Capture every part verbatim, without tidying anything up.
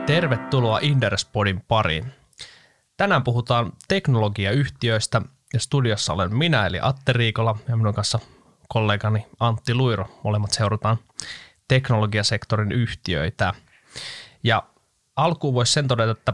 Tervetuloa Inderes-podin pariin. Tänään puhutaan teknologiayhtiöistä ja studiossa olen minä eli Atte Riikola ja minun kanssa kollegani Antti Luiro. Molemmat seurataan teknologiasektorin yhtiöitä. Ja alkuun voisi sen todeta, että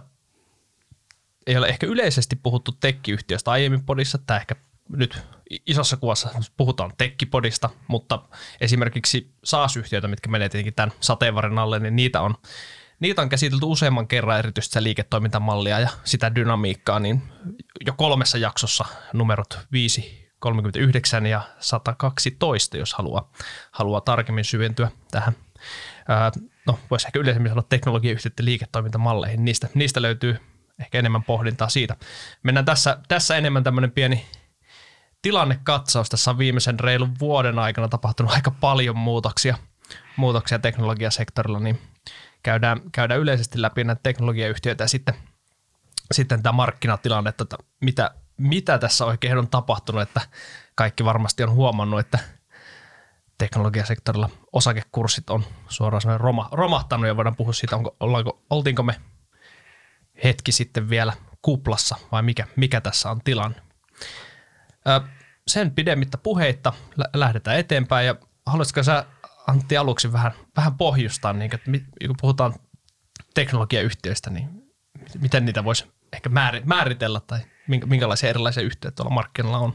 ei ole ehkä yleisesti puhuttu tekkiyhtiöstä aiemmin podissa, että ehkä nyt isossa kuvassa puhutaan tekkipodista, mutta esimerkiksi SaaS-yhtiöitä, mitkä menee tietenkin tämän sateenvarren alle, niin niitä on Niitä on käsitelty useamman kerran erityisesti sitä liiketoimintamallia ja sitä dynamiikkaa, niin jo kolmessa jaksossa numerot viisi, kolmekymmentäyhdeksän ja sata kaksitoista, jos haluaa, haluaa tarkemmin syventyä tähän. Ää, no, voisi ehkä yleisemmin sanoa teknologiayhtiöiden liiketoimintamalleihin. Niistä, niistä löytyy ehkä enemmän pohdintaa siitä. Mennään tässä, tässä enemmän tämmöinen pieni tilannekatsaus. Tässä on viimeisen reilun vuoden aikana tapahtunut aika paljon muutoksia, muutoksia teknologiasektorilla, niin Käydään, käydään yleisesti läpi näitä teknologiayhtiöitä ja sitten, sitten tämä markkinatilanne, että mitä, mitä tässä oikein on tapahtunut, että kaikki varmasti on huomannut, että teknologiasektorilla osakekurssit on suoraan roma, romahtanut ja voidaan puhua siitä, onko, ollaanko, oltiinko me hetki sitten vielä kuplassa vai mikä, mikä tässä on tilanne. Ö, sen pidemmittä puheitta lähdetään eteenpäin ja haluaisitko sä Antti aluksi vähän, vähän pohjustaa, niin, että kun puhutaan teknologiayhtiöistä, niin miten niitä voisi ehkä määritellä tai minkälaisia erilaisia yhtiöitä tuolla markkinoilla on?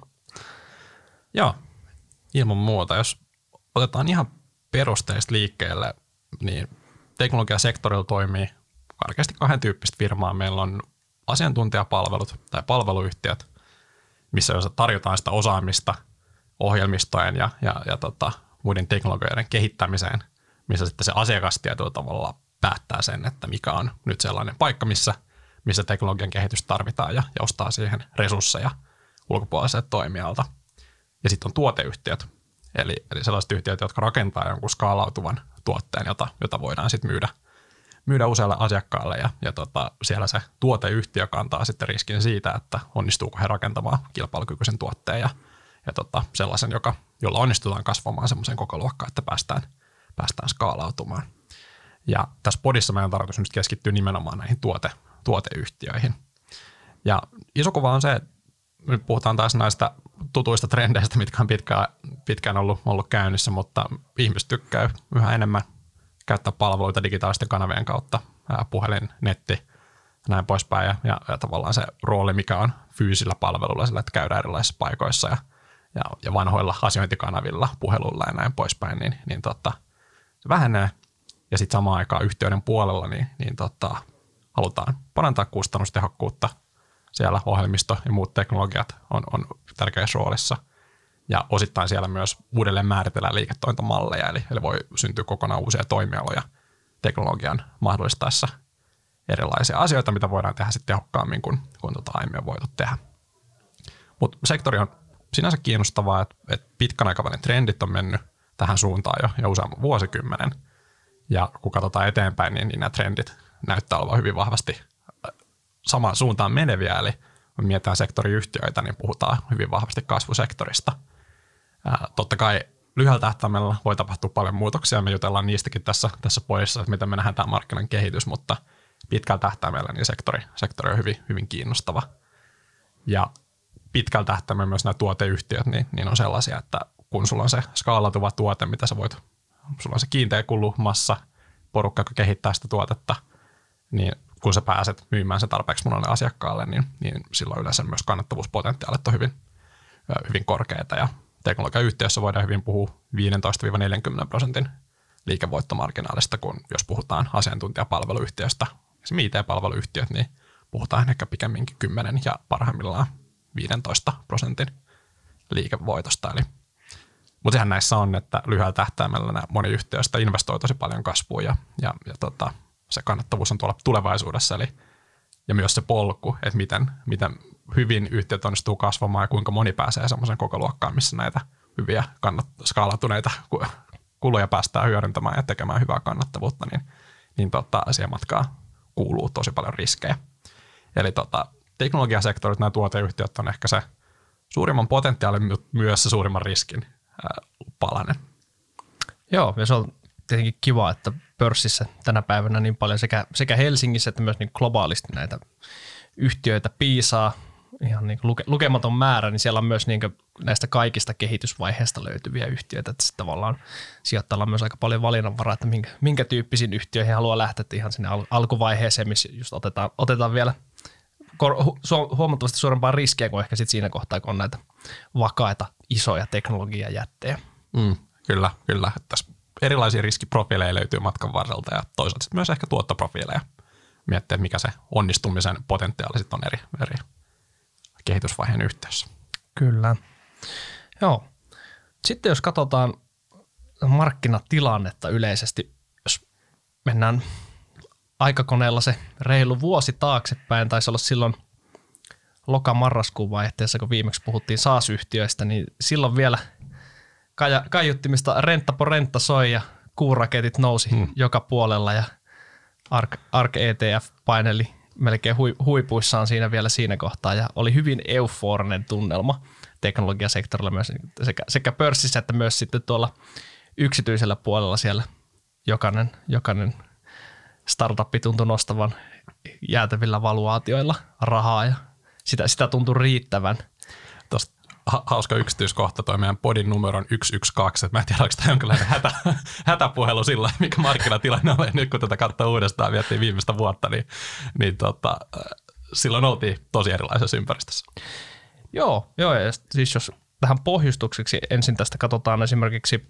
Joo, ilman muuta. Jos otetaan ihan perusteista liikkeelle, niin teknologiasektorilla toimii karkeasti kahden tyyppistä firmaa. Meillä on asiantuntijapalvelut tai palveluyhtiöt, missä tarjotaan sitä osaamista ohjelmistojen ja, ja, ja tota, muiden teknologioiden kehittämiseen, missä sitten se asiakas tietyllä tavalla päättää sen, että mikä on nyt sellainen paikka, missä, missä teknologian kehitys tarvitaan ja, ja ostaa siihen resursseja ulkopuoliselta toimijalta. Ja sitten on tuoteyhtiöt, eli, eli sellaiset yhtiöt, jotka rakentaa jonkun skaalautuvan tuotteen, jota, jota voidaan sitten myydä, myydä usealle asiakkaalle. Ja, ja tota, siellä se tuoteyhtiö kantaa sitten riskin siitä, että onnistuuko he rakentamaan kilpailukykyisen tuotteen ja Ja tota, sellaisen, joka, jolla onnistutaan kasvamaan semmoisen koko luokkaan, että päästään, päästään skaalautumaan. Ja tässä podissa meidän on tarkoitus nyt keskittyä nimenomaan näihin tuote, tuoteyhtiöihin. Ja iso kuva on se, että nyt puhutaan taas näistä tutuista trendeistä, mitkä on pitkään, pitkään ollut, ollut käynnissä, mutta ihmiset tykkää yhä enemmän käyttää palveluita digitaalisten kanavien kautta, ää, puhelin, netti ja näin poispäin. Ja, ja, ja tavallaan se rooli, mikä on fyysillä palvelulla, sillä että käydään erilaisissa paikoissa ja Ja, ja vanhoilla asiointikanavilla, puhelulla ja näin poispäin, niin, niin tota, se vähenee. Ja sitten samaan aikaan yhtiöiden puolella niin, niin tota, halutaan parantaa kustannustehokkuutta. Siellä ohjelmisto ja muut teknologiat on, on tärkeässä roolissa. Ja osittain siellä myös uudelleen määritellään liiketoimintamalleja, eli, eli voi syntyä kokonaan uusia toimialoja teknologian mahdollistaessa erilaisia asioita, mitä voidaan tehdä sitten tehokkaammin kuin, kuin tota aiemmin on voitu tehdä. Mutta sektori on sinänsä kiinnostavaa, että, että pitkän aikavälin trendit on mennyt tähän suuntaan jo, jo useamman vuosikymmenen. Ja kun katsotaan eteenpäin, niin, niin nämä trendit näyttää olevan hyvin vahvasti samaan suuntaan meneviä. Eli kun mietitään sektoriyhtiöitä, niin puhutaan hyvin vahvasti kasvusektorista. Ää, totta kai lyhyellä tähtäimellä voi tapahtua paljon muutoksia. Me jutellaan niistäkin tässä, tässä poissa, että miten me nähdään tämä markkinan kehitys, mutta pitkällä tähtäimellä niin sektori, sektori on hyvin, hyvin kiinnostava. Ja pitkällä tähtäimellä myös nämä tuoteyhtiöt niin, niin on sellaisia, että kun sulla on se skaalautuva tuote, mitä sä voit, sulla on se kiinteä kulumassa, porukka, joka kehittää sitä tuotetta, niin kun sä pääset myymään se tarpeeksi monelle asiakkaalle, niin, niin silloin yleensä myös kannattavuuspotentiaalit on hyvin, hyvin korkeita. Ja teknologiayhtiössä voidaan hyvin puhua viisitoista neljäkymmentä prosentin liikevoittomarginaalista, kun jos puhutaan asiantuntijapalveluyhtiöstä, esimerkiksi I T-palveluyhtiöt, niin puhutaan ehkä pikemminkin kymmenen ja parhaimmillaan viisitoista prosentin liikevoitosta. Eli, mutta sehän näissä on, että lyhyellä tähtäimellä nämä moni yhtiöistä investoi tosi paljon kasvuun ja, ja, ja tota, se kannattavuus on tuolla tulevaisuudessa. Eli, ja myös se polku, että miten, miten hyvin yhtiöt onnistuu kasvamaan ja kuinka moni pääsee semmoisen koko luokkaan, missä näitä hyviä kannat- skaalatuneita kuluja päästään hyödyntämään ja tekemään hyvää kannattavuutta, niin, niin tota, siihen matkaan kuuluu tosi paljon riskejä. Eli tota, teknologiasektorit, nämä tuoteyhtiöt on ehkä se suurimman potentiaalin, myös se suurimman riskin ää, palanen. Joo, ja se on tietenkin kiva, että pörssissä tänä päivänä niin paljon sekä, sekä Helsingissä että myös niin globaalisti näitä yhtiöitä piisaa, ihan niin luke, lukematon määrä, niin siellä on myös niin näistä kaikista kehitysvaiheista löytyviä yhtiöitä, että sitten tavallaan sijoittajalla on myös aika paljon valinnanvaraa, että minkä, minkä tyyppisiin yhtiöihin haluaa lähteä ihan sinne al, alkuvaiheeseen, missä just otetaan, otetaan vielä kor, hu, huomattavasti suurempaa riskiä kuin ehkä sit siinä kohtaa, kun on näitä vakaita, isoja teknologiajättejä. Mm, kyllä, kyllä. Tässä erilaisia riskiprofiileja löytyy matkan varrelta ja toisaalta sitten myös ehkä tuottoprofiileja. Miettiä, että mikä se onnistumisen potentiaali sitten on eri, eri kehitysvaiheen yhteydessä. Kyllä. Joo. Sitten jos katsotaan markkinatilannetta yleisesti, jos mennään aikakoneella se reilu vuosi taaksepäin, taisi olla silloin loka-marraskuun vaihteessa, kun viimeksi puhuttiin SaaS-yhtiöistä, niin silloin vielä kaiuttimista rentta po rentta soi ja kuuraketit nousi hmm. joka puolella ja Ark, Ark E T F paineli melkein hui, huipuissaan siinä vielä siinä kohtaa ja oli hyvin euforinen tunnelma teknologiasektorilla myös sekä, sekä pörssissä että myös sitten tuolla yksityisellä puolella siellä jokainen, jokainen startuppi tuntui nostavan jäätävillä valuaatioilla rahaa ja sitä, sitä tuntui riittävän. Tuosta hauska yksityiskohta toi meidän podin numero on yksi yksi kaksi, että mä en tiedä, onko tämä jonkinlainen hätä, hätäpuhelu sillä, mikä markkinatilanne on. Nyt kun tätä katsoo uudestaan, miettii viimeistä vuotta, niin, niin tota, silloin oltiin tosi erilaisessa ympäristössä. Joo, joo, ja siis jos tähän pohjustukseksi ensin tästä katsotaan esimerkiksi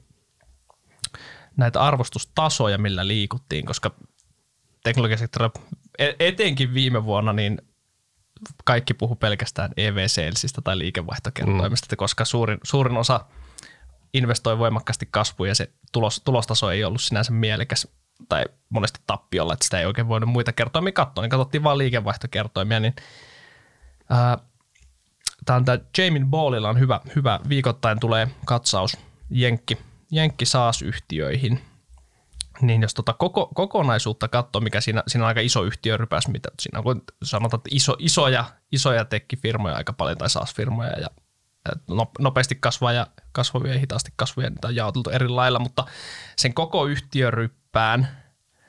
näitä arvostustasoja, millä liikuttiin, koska teknologiasektorilla etenkin viime vuonna niin kaikki puhu pelkästään E V-salesista tai liikevaihtokertoimista, mm. koska suurin, suurin osa investoi voimakkaasti kasvuun ja se tulos, tulostaso ei ollut sinänsä mielekäs tai monesti tappiolla, että sitä ei oikein voinut muita kertoimia katsoa, niin katsottiin vain liikevaihtokertoimia, niin ää, tämä on tämä Jamin Ballilla on hyvä, hyvä, viikoittain tulee katsaus Jenkki, Jenkki SaaS-yhtiöihin, niin jos tota koko, kokonaisuutta katsoo, mikä siinä, siinä on aika iso yhtiörypäs, mitä siinä on, kun sanotaan, että iso, isoja, isoja tekkifirmoja aika paljon tai SaaS-firmoja ja nopeasti kasvaa ja kasvavia ja hitaasti kasvavia, niitä on jaoteltu eri lailla, mutta sen koko yhtiöryppään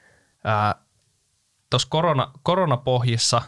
tuossa korona, koronapohjissa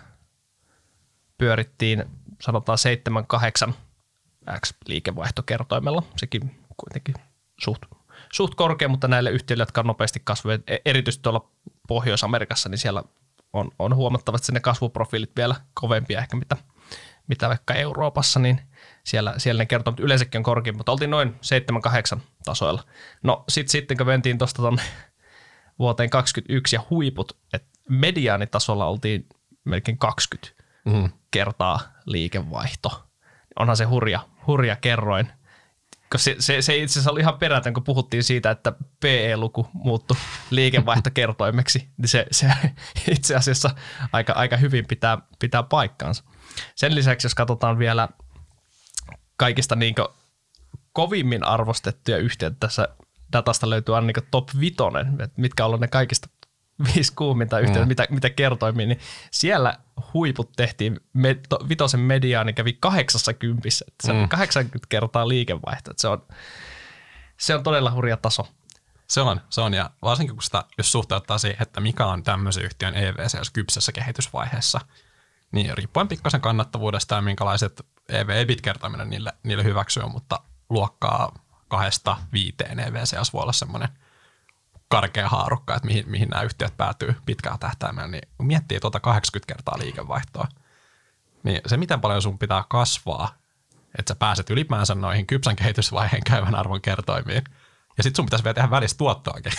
pyörittiin sanotaan seitsemän kahdeksan X liikevaihtokertoimella, sekin kuitenkin suht Suht korkea, mutta näille yhtiöille, jotka on nopeasti kasvaneet, erityisesti tuolla Pohjois-Amerikassa, niin siellä on, on huomattavasti ne kasvuprofiilit vielä kovempia ehkä mitä, mitä vaikka Euroopassa, niin siellä, siellä ne kertovat, yleensäkin on korkein, mutta oltiin noin seitsemän kahdeksan tasoilla. No sit, sitten kun mentiin tuosta tuonne vuoteen kaksikymmentäyksi ja huiput, että mediaanitasolla oltiin melkein kaksikymmentä mm. kertaa liikevaihto. Onhan se hurja, hurja kerroin. Se, se, se itse asiassa oli ihan perätön, kun puhuttiin siitä, että P E-luku muuttui liikevaihtokertoimeksi, niin se, se itse asiassa aika, aika hyvin pitää, pitää paikkaansa. Sen lisäksi, jos katsotaan vielä kaikista niin kovimmin arvostettuja yhtiöitä, tässä datasta löytyy aina niin top vitonen, mitkä on ne kaikista viisi kuuminta yhtiöitä, mm. mitä, mitä kertoimiin, niin siellä huiput tehtiin, me, to, vitosen mediaani kävi kahdeksankymmentä, se on mm. kahdeksankymmentä kertaa liikevaihto, se on, se on todella hurja taso. Se on, se on, ja varsinkin kun sitä, jos suhteuttaa siihen, että mikä on tämmöisen yhtiön E V C, jos kypsessä kehitysvaiheessa, niin riippuen pikkasen kannattavuudesta ja minkälaiset E V-EBIT-kertoiminen niille, niille hyväksyy, mutta luokkaa kahdesta viiteen E V C voi olla semmoinen karkea haarukka, että mihin, mihin nämä yhtiöt päätyy pitkällä tähtäimellä, niin kun miettii tuota kahdeksankymmentä kertaa liikevaihtoa, niin se miten paljon sun pitää kasvaa, että sä pääset ylipäänsä noihin kypsän kehitysvaiheen käyvän arvon kertoimiin, ja sit sun pitäisi vielä tehdä välissä tuottoakin.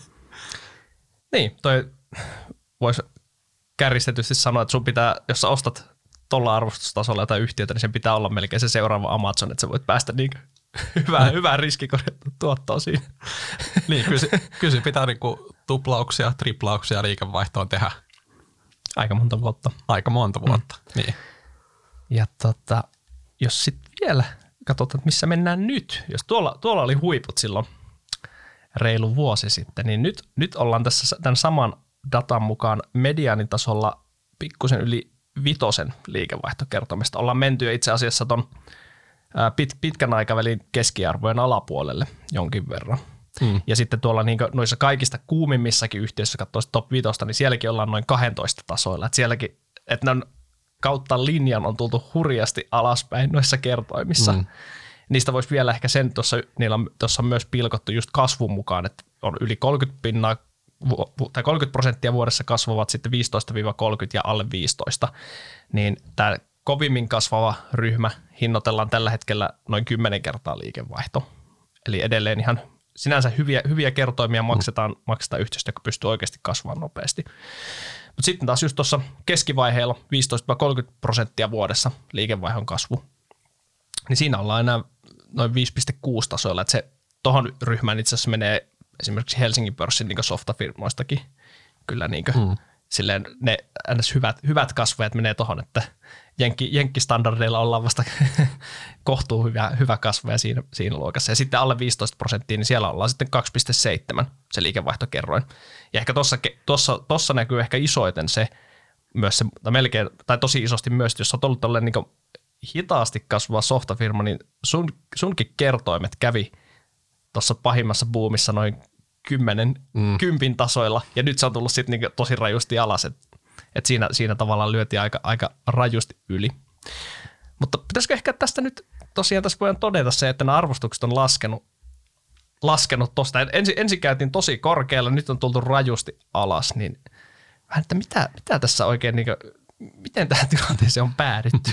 Niin, toi voisi kärjistetysti sanoa, että sun pitää, jos sä ostat tuolla arvostustasolla jotain yhtiötä, niin sen pitää olla melkein se seuraava Amazon, että sä voit päästä niin hyvää, hyvää riskikorjattua tuottoa siinä. Niin, kyllä, kyllä pitää niinku tuplauksia, triplauksia liikevaihtoon tehdä. Aika monta vuotta. Aika monta vuotta, mm. niin. Ja tota, jos sitten vielä katsotaan, missä mennään nyt, jos tuolla, tuolla oli huiput silloin reilu vuosi sitten, niin nyt, nyt ollaan tässä tämän saman datan mukaan mediaanitasolla pikkusen yli vitosen liikevaihtokertomista. Ollaan menty jo itse asiassa ton pit, pitkän aikavälin keskiarvojen alapuolelle jonkin verran. Mm. Ja sitten tuolla niin noissa kaikista kuumimmissakin yhtiöissä, katsoo top viitosta, niin sielläkin ollaan noin kaksitoista tasoilla. Että sielläkin, että ne on kautta linjan on tultu hurjasti alaspäin noissa kertoimissa. Mm. Niistä voisi vielä ehkä sen, tuossa niillä on, tuossa on myös pilkottu just kasvun mukaan, että on yli kolmekymmentä pinnaa, tai kolmekymmentä prosenttia vuodessa kasvavat sitten viisitoista kolmekymmentä ja alle viisitoista, niin tämä kovimmin kasvava ryhmä hinnoitellaan tällä hetkellä noin kymmenen kertaa liikevaihto. Eli edelleen ihan sinänsä hyviä, hyviä kertoimia maksetaan, mm. maksetaan yhteistyö, joka pystyy oikeasti kasvamaan nopeasti. Mutta sitten taas just tuossa keskivaiheella viisitoista kolmekymmentä prosenttia vuodessa liikevaihdon kasvu, niin siinä ollaan enää noin viisi pilkku kuusi tasoilla, että se tohon ryhmään itse asiassa menee esimerkiksi Helsingin pörssin niin softafirmoistakin kyllä niin mm. silleen ne ns. hyvät, hyvät kasvajat menee tohon, että jenkki, jenkkistandardeilla ollaan vasta kohtuu hyvä, hyvä kasvaja siinä, siinä luokassa. Ja sitten alle viisitoista prosenttia, niin siellä ollaan sitten kaksi pilkku seitsemän se liikevaihtokerroin. Ja ehkä tuossa, tuossa näkyy ehkä isoiten se, myös se, tai melkein, tai tosi isosti myös, että jos olet ollut tolleen niin hitaasti kasvava softafirma, niin sun, sunkin kertoimet kävi tuossa pahimmassa boomissa noin kymmenen, mm. kympin tasoilla, ja nyt se on tullut sitten niin tosi rajusti alas, että et siinä, siinä tavallaan lyötiin aika, aika rajusti yli. Mutta pitäisikö ehkä tästä nyt, tosiaan tässä voidaan todeta se, että nämä arvostukset on laskenut, laskenut tuosta. Ensin, ensin käytiin tosi korkealla, nyt on tultu rajusti alas, niin vähän, että mitä, mitä tässä oikein, niin kuin, miten tähän tilanteeseen on päädytty?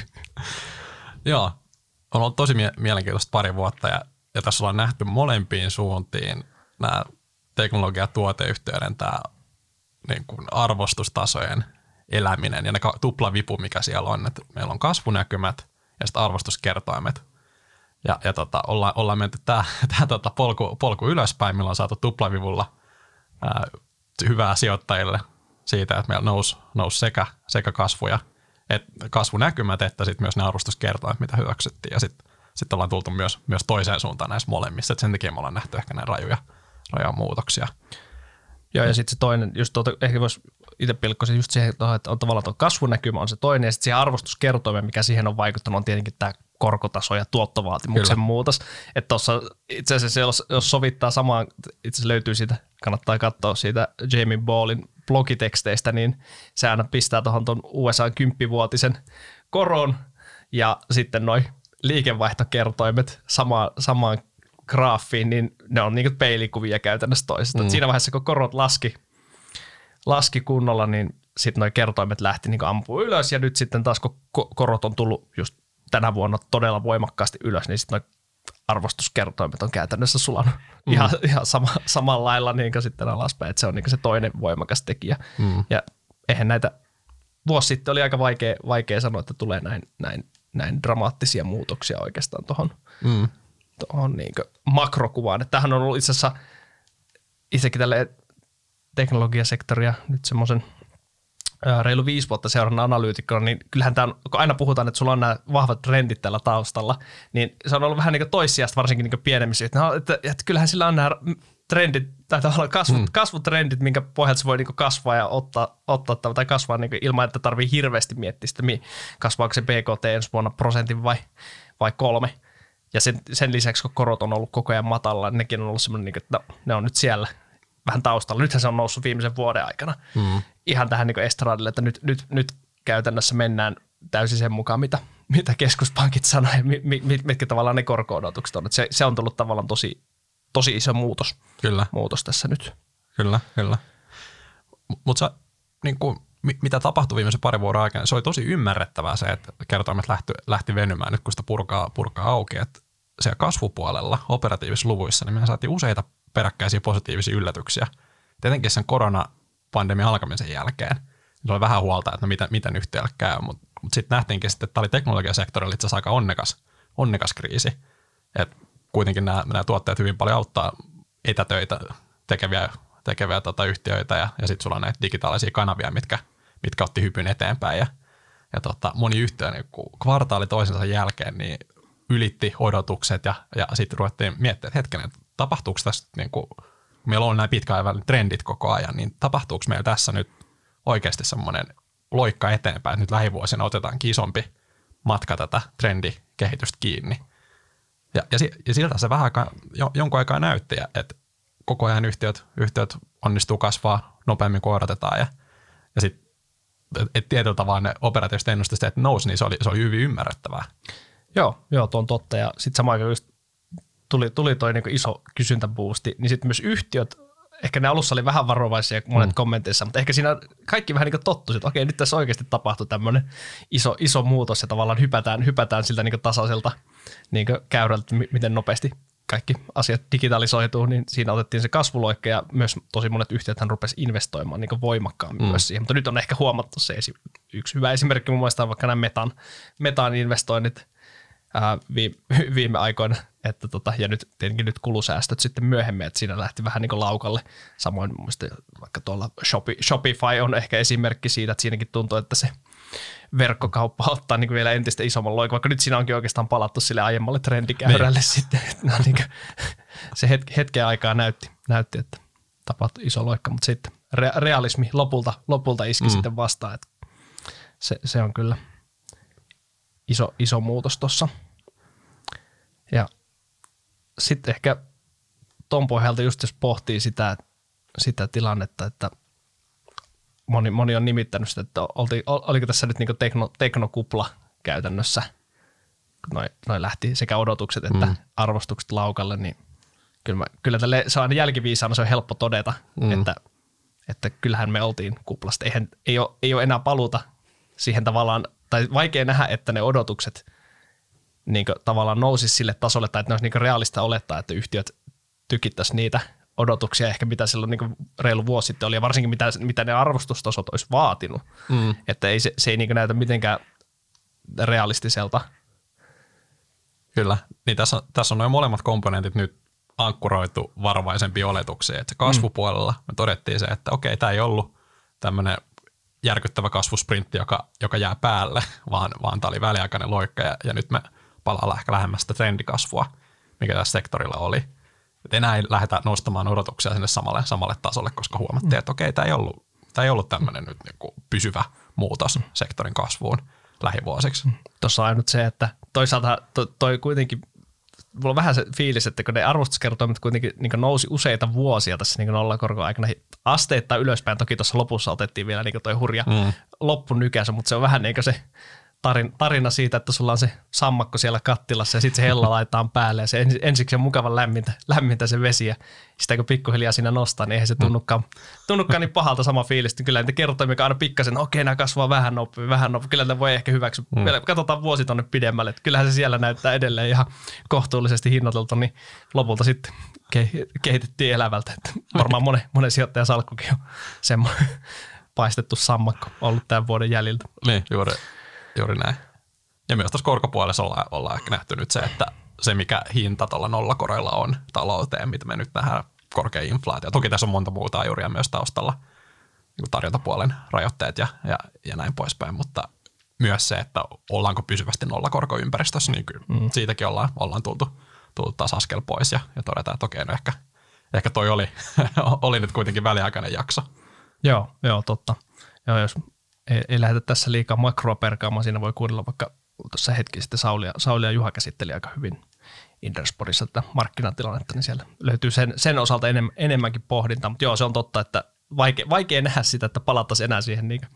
Joo, on ollut tosi mie- mielenkiintoista pari vuotta, ja, ja tässä ollaan nähty molempiin suuntiin nämä teknologia- ja tuoteyhtiöiden tämä niin kuin arvostustasojen eläminen ja ne tuplavipu, mikä siellä on, että meillä on kasvunäkymät ja sitten arvostuskertoimet. Ja, ja tota, ollaan, ollaan menty tämä tota polku, polku ylöspäin, millä on saatu tuplavivulla ää, hyvää sijoittajille siitä, että meillä nousi, nousi sekä, sekä kasvuja, et, kasvunäkymät että sitten myös ne arvostuskertoimet, mitä hyväksyttiin. Ja sitten sit ollaan tultu myös, myös toiseen suuntaan näissä molemmissa. Et sen takia me ollaan nähty ehkä näin rajuja, rajuja muutoksia. Joo, ja sitten se toinen, just tuota, ehkä voisi itse pilkkoisin just siihen, että on tavallaan tuo kasvunäkymä on se toinen, ja sitten siihen arvostuskertoimen, mikä siihen on vaikuttanut, on tietenkin tämä korkotaso ja tuottovaatimuksen Kyllä. muutos. Että tuossa itse asiassa, jos, jos sovittaa samaan, itse asiassa löytyy siitä, kannattaa katsoa siitä Jamie Ballin blogiteksteistä, niin se aina pistää tuohon tuon U S A kymppivuotisen koron, ja sitten noi liikevaihtokertoimet sama, samaan graafiin, niin ne on niin kuin peilikuvia käytännössä toisesta. Mm. Siinä vaiheessa, kun korot laski, laski kunnolla, niin sitten nuo kertoimet lähti niin kuin ampua ylös, ja nyt sitten taas, kun korot on tullut just tänä vuonna todella voimakkaasti ylös, niin sitten nuo arvostuskertoimet on käytännössä sulanut mm. ihan, ihan sama, samalla lailla niin kuin sitten alaspäin, että se on niin kuin se toinen voimakas tekijä. Mm. Ja eihän näitä, vuosi sitten oli aika vaikea, vaikea sanoa, että tulee näin, näin, näin dramaattisia muutoksia oikeastaan tuohon mm. tuohon niin kuin makrokuvaan. Että tämähän on ollut itse asiassa itsekin tälle teknologiasektoria nyt semmoisen reilu viisi vuotta seurannut analyytikkona, niin kyllähän tämä on, kun aina puhutaan, että sulla on nämä vahvat trendit tällä taustalla, niin se on ollut vähän niin kuin toissijasta, varsinkin niin kuin pienemmissä. Että, no, että, että kyllähän sillä on nämä trendit, tai tavallaan kasvut, hmm. kasvutrendit, minkä pohjalta se voi niin kuin kasvaa ja ottaa, ottaa tai kasvaa niin kuin ilman, että tarvii hirveästi miettiä sitä, kasvaako se B K T ensi vuonna prosentin vai, vai kolme. Ja sen, sen lisäksi, kun korot on ollut koko ajan matalla, niin nekin on ollut semmoinen, että no, ne on nyt siellä vähän taustalla. Nythän se on noussut viimeisen vuoden aikana mm. ihan tähän niin kuin estradille, että nyt, nyt, nyt käytännössä mennään täysin sen mukaan, mitä, mitä keskuspankit sanoo ja mi, mi, mitkä tavallaan ne korko-odotukset on. Että se, se on tullut tavallaan tosi, tosi iso muutos, kyllä. muutos tässä nyt. Kyllä, kyllä. Mutta niin mitä tapahtui viimeisen parin vuoden aikana, se oli tosi ymmärrettävää se, että kertoimet lähti, lähti venymään nyt, kun sitä purkaa, purkaa auki. Että siellä kasvupuolella operatiivisissa luvuissa niin me saatiin useita peräkkäisiä positiivisia yllätyksiä. Tietenkin sen koronapandemian alkamisen jälkeen se oli vähän huolta, että no miten, miten yhtiölle käy, mutta mut sitten nähtiinkin, sitten, että tämä oli teknologiasektorilla itse asiassa aika onnekas, onnekas kriisi. Et kuitenkin nämä, nämä tuotteet hyvin paljon auttaa etätöitä tekeviä, tekeviä tota yhtiöitä ja, ja sitten sulla on näitä digitaalisia kanavia, mitkä, mitkä otti hypyn eteenpäin. Ja, ja tota, moni yhtiö niin kvartaali toisensa jälkeen niin ylitti odotukset ja, ja sitten ruvettiin miettimään, että hetkinen, tapahtuuko tässä, niin kuin, meillä on nämä pitkäaikavälin trendit koko ajan, niin tapahtuuko meillä tässä nyt oikeasti semmoinen loikka eteenpäin, että nyt lähivuosina otetaankin isompi matka tätä trendikehitystä kiinni. Ja, ja, ja siltä se vähän aikaa, jo, jonkun aikaa näytti, että koko ajan yhtiöt, yhtiöt onnistuu kasvaa nopeammin kuin odotetaan ja, ja sitten et tietyllä tavalla ne operatiiviset ennusteet, että nousi, niin se oli, se oli hyvin ymmärrettävää. Joo, joo, tuo on totta. Ja sitten samaan aikaan just tuli, tuli toi niinku iso kysyntäboosti, niin sitten myös yhtiöt, ehkä ne alussa oli vähän varovaisia monet mm. kommenteissa, mutta ehkä siinä kaikki vähän niin kuin tottuisi, että okei, nyt tässä oikeasti tapahtui tämmöinen iso, iso muutos ja tavallaan hypätään, hypätään siltä niin kuin tasaiselta niin kuin käyrältä, miten nopeasti kaikki asiat digitalisoituu, niin siinä otettiin se kasvuloikka ja myös tosi monet yhtiöthän rupesi investoimaan niin kuin voimakkaammin mm. myös siihen, mutta nyt on ehkä huomattu se yksi hyvä esimerkki mun mielestä on vaikka nämä metan, metan investoinnit ää, viime, viime aikoina, että tota, ja nyt tietenkin nyt kulusäästöt sitten myöhemmin, että siinä lähti vähän niin kuin laukalle. Samoin mun mielestä vaikka tuolla Shopi, Shopify on ehkä esimerkki siitä, että siinäkin tuntuu, että se verkkokauppa ottaa niin kuin vielä entistä isomman loikan, vaikka nyt siinä onkin oikeastaan palattu sille aiemmalle trendikäyrälle sitten. No, niin kuin, se hetke, hetken aikaa näytti, näytti, että tapahtui iso loikka, mutta sitten re, realismi lopulta, lopulta iski mm. sitten vastaan. Että se, se on kyllä iso, iso muutos tuossa. Ja sitten ehkä ton pohjalta just jos pohtii sitä, sitä tilannetta, että moni, moni on nimittänyt sitä, että olti, oliko tässä nyt niinku tekno, teknokupla käytännössä, kun noi, noi lähti sekä odotukset että mm. arvostukset laukalle, niin kyllä, mä, kyllä tälle, se on jälkiviisaana, se on helppo todeta, mm. että, että kyllähän me oltiin kuplasta. Eihän, ei, ole, ei ole enää paluuta siihen tavallaan, tai vaikea nähdä, että ne odotukset niin kuin tavallaan nousisi sille tasolle, tai että ne olisi niin realista olettaa, että yhtiöt tykittäisi niitä odotuksia, ehkä mitä silloin niin reilu vuosi sitten oli, ja varsinkin mitä, mitä ne arvostustasot olisi vaatinut. Mm. Että ei, se, se ei niin näytä mitenkään realistiselta. Kyllä, niin tässä on, tässä on noin molemmat komponentit nyt ankkuroitu varovaisempiin oletuksiin. Että kasvupuolella me todettiin se, että okei, tämä ei ollut tämmöinen järkyttävä kasvusprintti, joka, joka jää päälle, vaan, vaan tämä oli väliaikainen loikka, ja, ja nyt me palaillaan ehkä lähemmäs sitä trendikasvua, mikä tässä sektorilla oli. Et enää ei lähdetä nostamaan odotuksia sinne samalle, samalle tasolle, koska huomattiin, mm. että okei, tämä ei ollut, tämä ei ollut tämmöinen nyt niinku pysyvä muutos sektorin kasvuun lähivuosiksi. Tuossa on ainut se, että toisaalta to, toi kuitenkin, mulla on vähän se fiilis, että kun ne arvostuskertoimet kuitenkin niin nousi useita vuosia tässä niin nollakorko-aikana asteittain ylöspäin, toki tuossa lopussa otettiin vielä niin toi hurja mm. loppunykäisä, mutta se on vähän niin kuin se tarina siitä, että sulla on se sammakko siellä kattilassa ja sitten se hella laitetaan päälle ja se ensiksi on mukavan lämmintä, lämmintä se vesi ja sitä kun pikkuhiljaa siinä nostaa, niin eihän se tunnukaan, tunnukaan niin pahalta sama fiilis. Kyllä niitä kertoimia aina pikkasen, okei nämä kasvaa vähän nopeammin, vähän nopeammin, kyllä ne voi ehkä hyväksyä. Mm. Katsotaan vuosi tonne pidemmälle, että kyllähän se siellä näyttää edelleen ihan kohtuullisesti hinnoiteltu, niin lopulta sitten kehitettiin elävältä. Että varmaan monen, monen sijoittajan salkkukin on semmoinen paistettu sammakko ollut tämän vuoden jäljiltä. Niin, juuri. Juuri näin. Ja myös tuossa korkopuolessa ollaan, ollaan ehkä nähty nyt se, että se mikä hinta tuolla nollakoroilla on talouteen, mitä me nyt nähdään, korkea inflaatio. Toki tässä on monta muuta ajuria myös taustalla, niin tarjontapuolen rajoitteet ja, ja, ja näin poispäin, mutta myös se, että ollaanko pysyvästi nollakorkoympäristössä, niin kyllä mm. siitäkin ollaan, ollaan tultu, tultu taas askel pois ja, ja todetaan, että okei, no ehkä, ehkä toi oli, oli nyt kuitenkin väliaikainen jakso. Joo, joo, totta. Joo, jos Ei, ei lähdetä tässä liikaa makroa perkaamaan, siinä voi kuunnella vaikka tuossa hetki sitten Sauli ja, Sauli ja Juha käsitteli aika hyvin Inderesporissa tätä markkinatilannetta, niin siellä löytyy sen, sen osalta enem, enemmänkin pohdintaa, mutta joo, se on totta, että vaikea, vaikea nähdä sitä, että palattaisiin enää siihen niin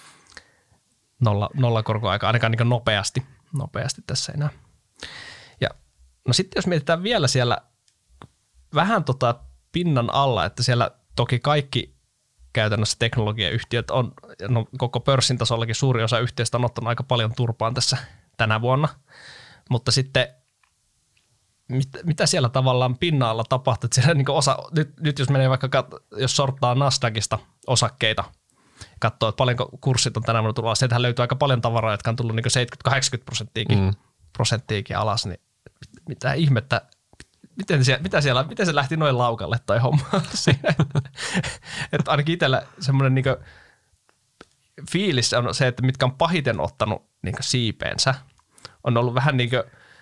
nolla, nollakorkoaikaan, ainakaan niin nopeasti, nopeasti tässä enää. Ja no sitten jos mietitään vielä siellä vähän tota pinnan alla, että siellä toki kaikki käytännössä teknologiayhtiöt on, no koko pörssin tasollakin suuri osa yhtiöistä on ottanut aika paljon turpaan tässä tänä vuonna, mutta sitten mit, mitä siellä tavallaan pinna-alla tapahtuu, että siellä niin osa, nyt, nyt jos menee vaikka, jos sorttaa Nasdaqista osakkeita, katsoo, että paljonko kurssit on tänä vuonna tullut alas, sieltähän löytyy aika paljon tavaraa, jotka on tullut niin seitsemänkymmentä kahdeksankymmentä prosenttiakin, mm. prosenttiakin alas, niin mitä ihmettä, Miten, siellä, mitä siellä, miten se lähti noin laukalle toi homma siinä? Että ainakin itsellä semmoinen niinku fiilis on se, että mitkä on pahiten ottanut niinku siipeensä, on ollut vähän niin kuin,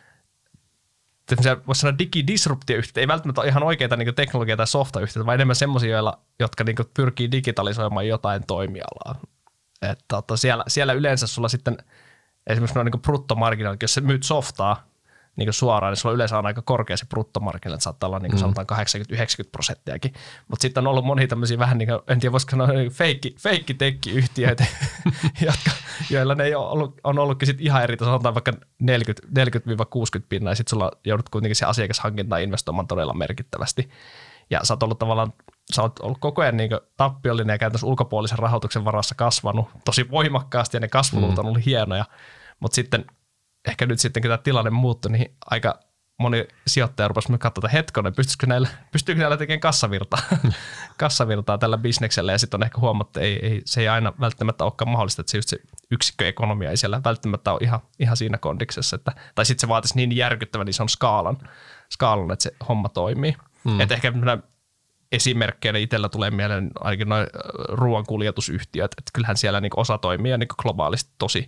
voisi sanoa digidisruptioyhtiöitä, ei välttämättä ole ihan oikeita niinku teknologia- tai softayhtiöitä, vaan enemmän semmoisia, jotka niinku pyrkii digitalisoimaan jotain toimialaa. Että tota, siellä, siellä yleensä sulla sitten esimerkiksi noin niinku bruttomarginaalit, jos sä myyt softaa, niin suoraan, niin sulla yleensä on aika korkea se bruttomarkkina, että saattaa olla niin mm. sanotaan kahdeksankymmentä yhdeksänkymmentä prosenttiakin. Mutta sitten on ollut monia tämmöisiä vähän niin kuin, en tiedä voisiko sanoa feikki, feikki-tekkiyhtiöitä, jotka, joilla ne ei ole ollut, on ollutkin sit ihan eri, sanotaan vaikka neljäkymmentä kuusikymmentä pinnaa, ja sitten sulla joudut kuitenkin se asiakashankintaan investoimaan todella merkittävästi. Ja sä oot ollut tavallaan, sä oot ollut koko ajan niin tappiollinen ja käytännössä ulkopuolisen rahoituksen varassa kasvanut tosi voimakkaasti, ja ne kasvuluvut on ollut hienoja, mutta sitten ehkä nyt sitten, kun tämä tilanne muuttui, niin aika moni sijoittaja rupesi myös katsoa, että hetkonen, pystyykö näillä, pystyykö näillä tekemään kassavirtaa, kassavirtaa tällä bisneksellä, ja sitten on ehkä huomattu, että ei, ei, se ei aina välttämättä olekaan mahdollista, että se, just se yksikköekonomia ei siellä välttämättä ole ihan, ihan siinä kondiksessa, että, tai sitten se vaatisi niin järkyttävän ison skaalan, skaalan että se homma toimii. Hmm. Että ehkä esimerkkejä itsellä tulee mieleen ainakin noin ruoankuljetusyhtiöt, että kyllähän siellä niin osa toimii niin globaalisti tosi,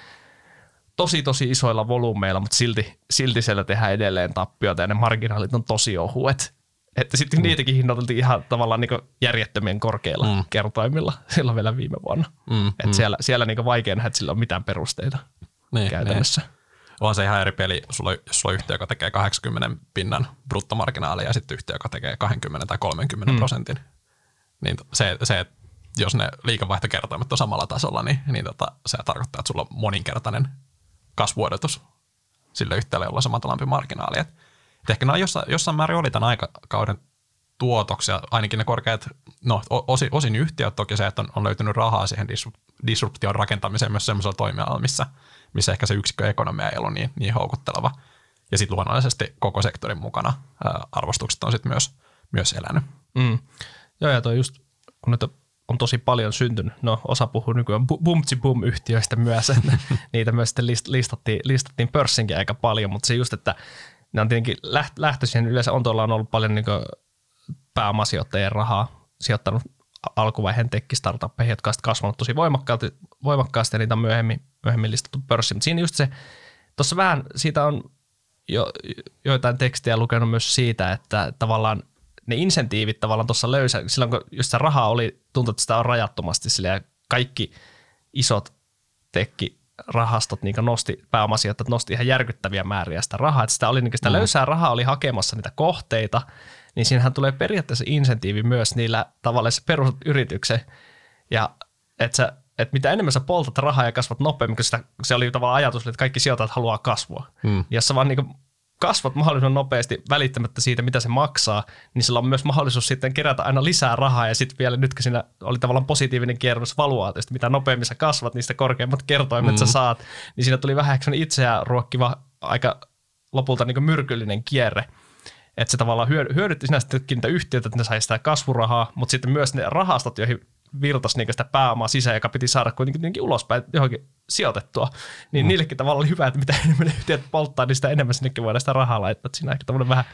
tosi tosi isoilla volyymeilla, mutta silti, silti siellä tehdään edelleen tappiota ja ne marginaalit on tosi ohuet. Että sitten mm. niitäkin hinnoiteltiin ihan tavallaan niin järjettömien korkeilla mm. kertoimilla silloin vielä viime vuonna. Mm, että mm. siellä, siellä niin vaikea nähdä, että sillä on mitään perusteita niin, käytännössä. Niin. On se ihan eri peli, sulla, jos sulla on yhtiö, joka tekee kahdeksankymmentä pinnan bruttomarginaalia ja sitten yhtiö, joka tekee kaksikymmentä tai kolmekymmentä mm. prosentin. Niin se, se, että jos ne liikevaihtokertoimet on samalla tasolla, niin, niin tota, se tarkoittaa, että sulla on moninkertainen kasvuodotus sille yhtiölle, jolla on se matalampi marginaali. Et, et ehkä nämä jossain, jossain määrin oli tämän aikakauden tuotoksia, ainakin ne korkeat, no osin, osin yhtiöt toki se, että on, on löytynyt rahaa siihen disruption rakentamiseen myös sellaisella toimialalla, missä, missä ehkä se yksikköekonomia ei ollut niin, niin houkutteleva. Ja sitten luonnollisesti koko sektorin mukana ää, arvostukset on sitten myös, myös elänyt. Mm. Joo, ja toi just, kun nyt on tosi paljon syntynyt, no osa puhuu nykyään bumtsi-bum-yhtiöistä myös, että niitä myös sitten listattiin, listattiin pörssinkin aika paljon, mutta se just, että ne on tietenkin lähtöisin, yleensä on tuolla on ollut paljon niin pääomasijoittajien rahaa sijoittanut alkuvaiheen tekki-startuppeihin, jotka on kasvanut tosi voimakkaasti, voimakkaasti ja niitä on myöhemmin, myöhemmin listattu pörssiin. Mutta siinä just se, tuossa vähän siitä on jo, joitain tekstejä lukenut myös siitä, että tavallaan ne insentiivit tavallaan tuossa löysä, silloin kun just se rahaa oli, tuntui, että sitä on rajattomasti sillä ja kaikki isot tekki-rahastot niin nosti, pääomasijoittajat nosti ihan järkyttäviä määriä sitä rahaa, että sitä, oli, niin sitä mm. löysää rahaa oli hakemassa niitä kohteita, niin siinähän tulee periaatteessa insentiivi myös niillä tavallaan se perusyrityksen, ja että sä että mitä enemmän sä poltat rahaa ja kasvat nopeammin, koska sitä, se oli tavallaan ajatus, että kaikki sijoittajat haluaa kasvua. Mm. Ja jos sä vaan niin kasvat mahdollisimman nopeasti välittämättä siitä, mitä se maksaa, niin sillä on myös mahdollisuus sitten kerätä aina lisää rahaa. Ja sitten vielä nyt, kun siinä oli tavallaan positiivinen kierros valuaatiosta, mitä nopeammin sä kasvat, niistä korkeammat kertoimet mm. sä saat, niin siinä tuli vähän itseään ruokkiva, aika lopulta niin myrkyllinen kierre. Että se tavallaan hyödytti sinä sitten niitä yhtiöitä, että ne sai sitä kasvurahaa, mutta sitten myös ne rahastot, joihin virtasi niin sitä pääomaa sisään, joka piti saada kuitenkin ulospäin johonkin sijoitettua, niin mm. niillekin tavallaan oli hyvä, että mitä enemmän yhtiöt polttaa, niin sitä enemmän sinnekin voidaan sitä rahaa laittaa. Siinä ehkä tämmöinen vähän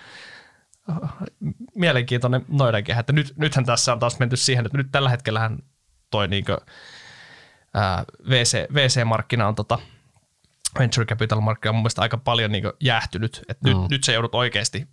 mielenkiintoinen noidankehä, että nyt, nythän tässä on taas menty siihen, että nyt tällä hetkellähän toi niinkö, ää, V C, V C-markkina on tota, venture capital-markkina on mun mielestä aika paljon niinkö jäähtynyt, että mm. nyt, nyt se joudut oikeasti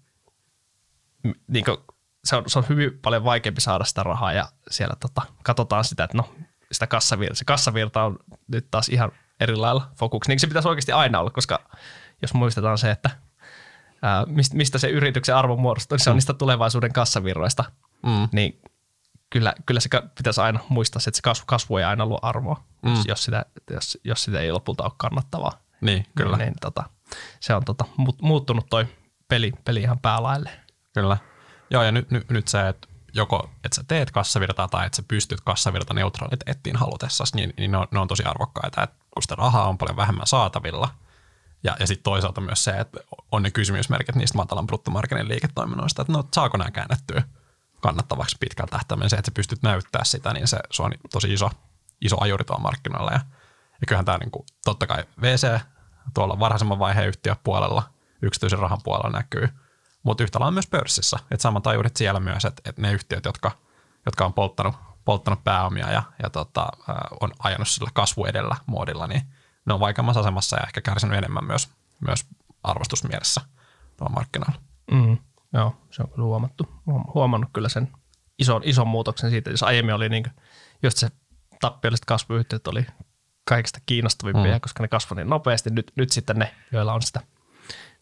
niinkö Se on, se on hyvin paljon vaikeampi saada sitä rahaa ja siellä tota, katsotaan sitä, että no, sitä kassavirta, se kassavirta on nyt taas ihan eri lailla fokuksi. Niin se pitäisi oikeasti aina olla, koska jos muistetaan se, että ää, mistä se yrityksen arvo muodostuu, niin se on niistä tulevaisuuden kassavirroista, mm. niin kyllä, kyllä se pitäisi aina muistaa, että se kasvu, kasvu ei aina luo arvoa, mm. jos, sitä, jos, jos sitä ei lopulta ole kannattavaa. Niin, kyllä. Niin, niin, tota, se on tota, muuttunut toi peli, peli ihan päälaille. Kyllä. Joo, ja nyt, nyt, nyt se, että joko että sä teet kassavirtaa tai että sä pystyt kassavirta neutraliteettiin halutessasi, niin, niin ne, on, ne on tosi arvokkaita, että kun sitä rahaa on paljon vähemmän saatavilla. Ja, ja sitten toisaalta myös se, että on ne kysymysmerkit niistä matalan bruttomarkkinin liiketoiminnoista, että no saako nämä käännettyä kannattavaksi pitkällä tähtäimellä. Se, että sä pystyt näyttää sitä, niin se, se on tosi iso, iso ajuri tuolla markkinoilla. Ja, ja kyllähän tämä niin kuin, totta kai V C tuolla varhaisemman vaiheen yhtiöpuolella, yksityisen rahan puolella näkyy. Mutta yhtä lailla myös pörssissä. Että samat ajurit siellä myös, että et ne yhtiöt, jotka, jotka on polttanut, polttanut pääomia ja, ja tota, on ajanut sillä kasvu edellä muodilla, niin ne on vaikeammassa asemassa ja ehkä kärsinyt enemmän myös, myös arvostusmielessä tuolla markkinoilla. Mm, joo, se on kyllä huomattu. Huomannut kyllä sen ison, ison muutoksen siitä. Jos aiemmin oli niin kuin, just se tappiolliset kasvuyhtiöt oli kaikista kiinnostavimpia, mm. koska ne kasvoi niin nopeasti. Nyt, nyt sitten ne, joilla on sitä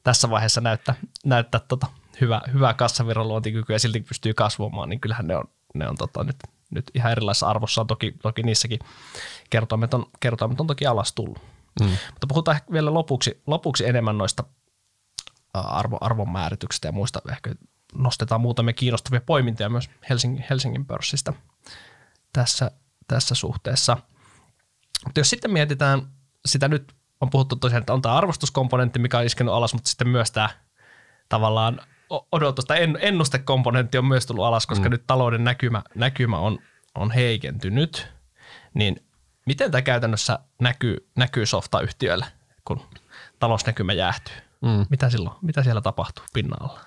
tässä vaiheessa näyttää, näyttää tota hyvä, hyvää kassavirran luontikykyä ja silti pystyy kasvamaan, niin kyllähän ne on, ne on tota nyt, nyt ihan erilaisessa arvossa on toki, toki niissäkin kertoimet on, kertoimet on toki alas tullut. Mm. Mutta puhutaan vielä lopuksi, lopuksi enemmän noista arvo, arvonmäärityksistä ja muista. Ehkä nostetaan muutamia kiinnostavia poimintoja myös Helsingin, Helsingin pörssistä tässä, tässä suhteessa. Mutta jos sitten mietitään sitä nyt, on puhuttu tosiaan, että on tämä arvostuskomponentti, mikä on iskenut alas, mutta sitten myös tämä tavallaan odotus tai ennustekomponentti on myös tullut alas, koska mm. nyt talouden näkymä, näkymä on, on heikentynyt. Niin miten tämä käytännössä näkyy, näkyy softayhtiöille, kun talousnäkymä jäähtyy? Mm. Mitä silloin, mitä siellä tapahtuu pinnalla?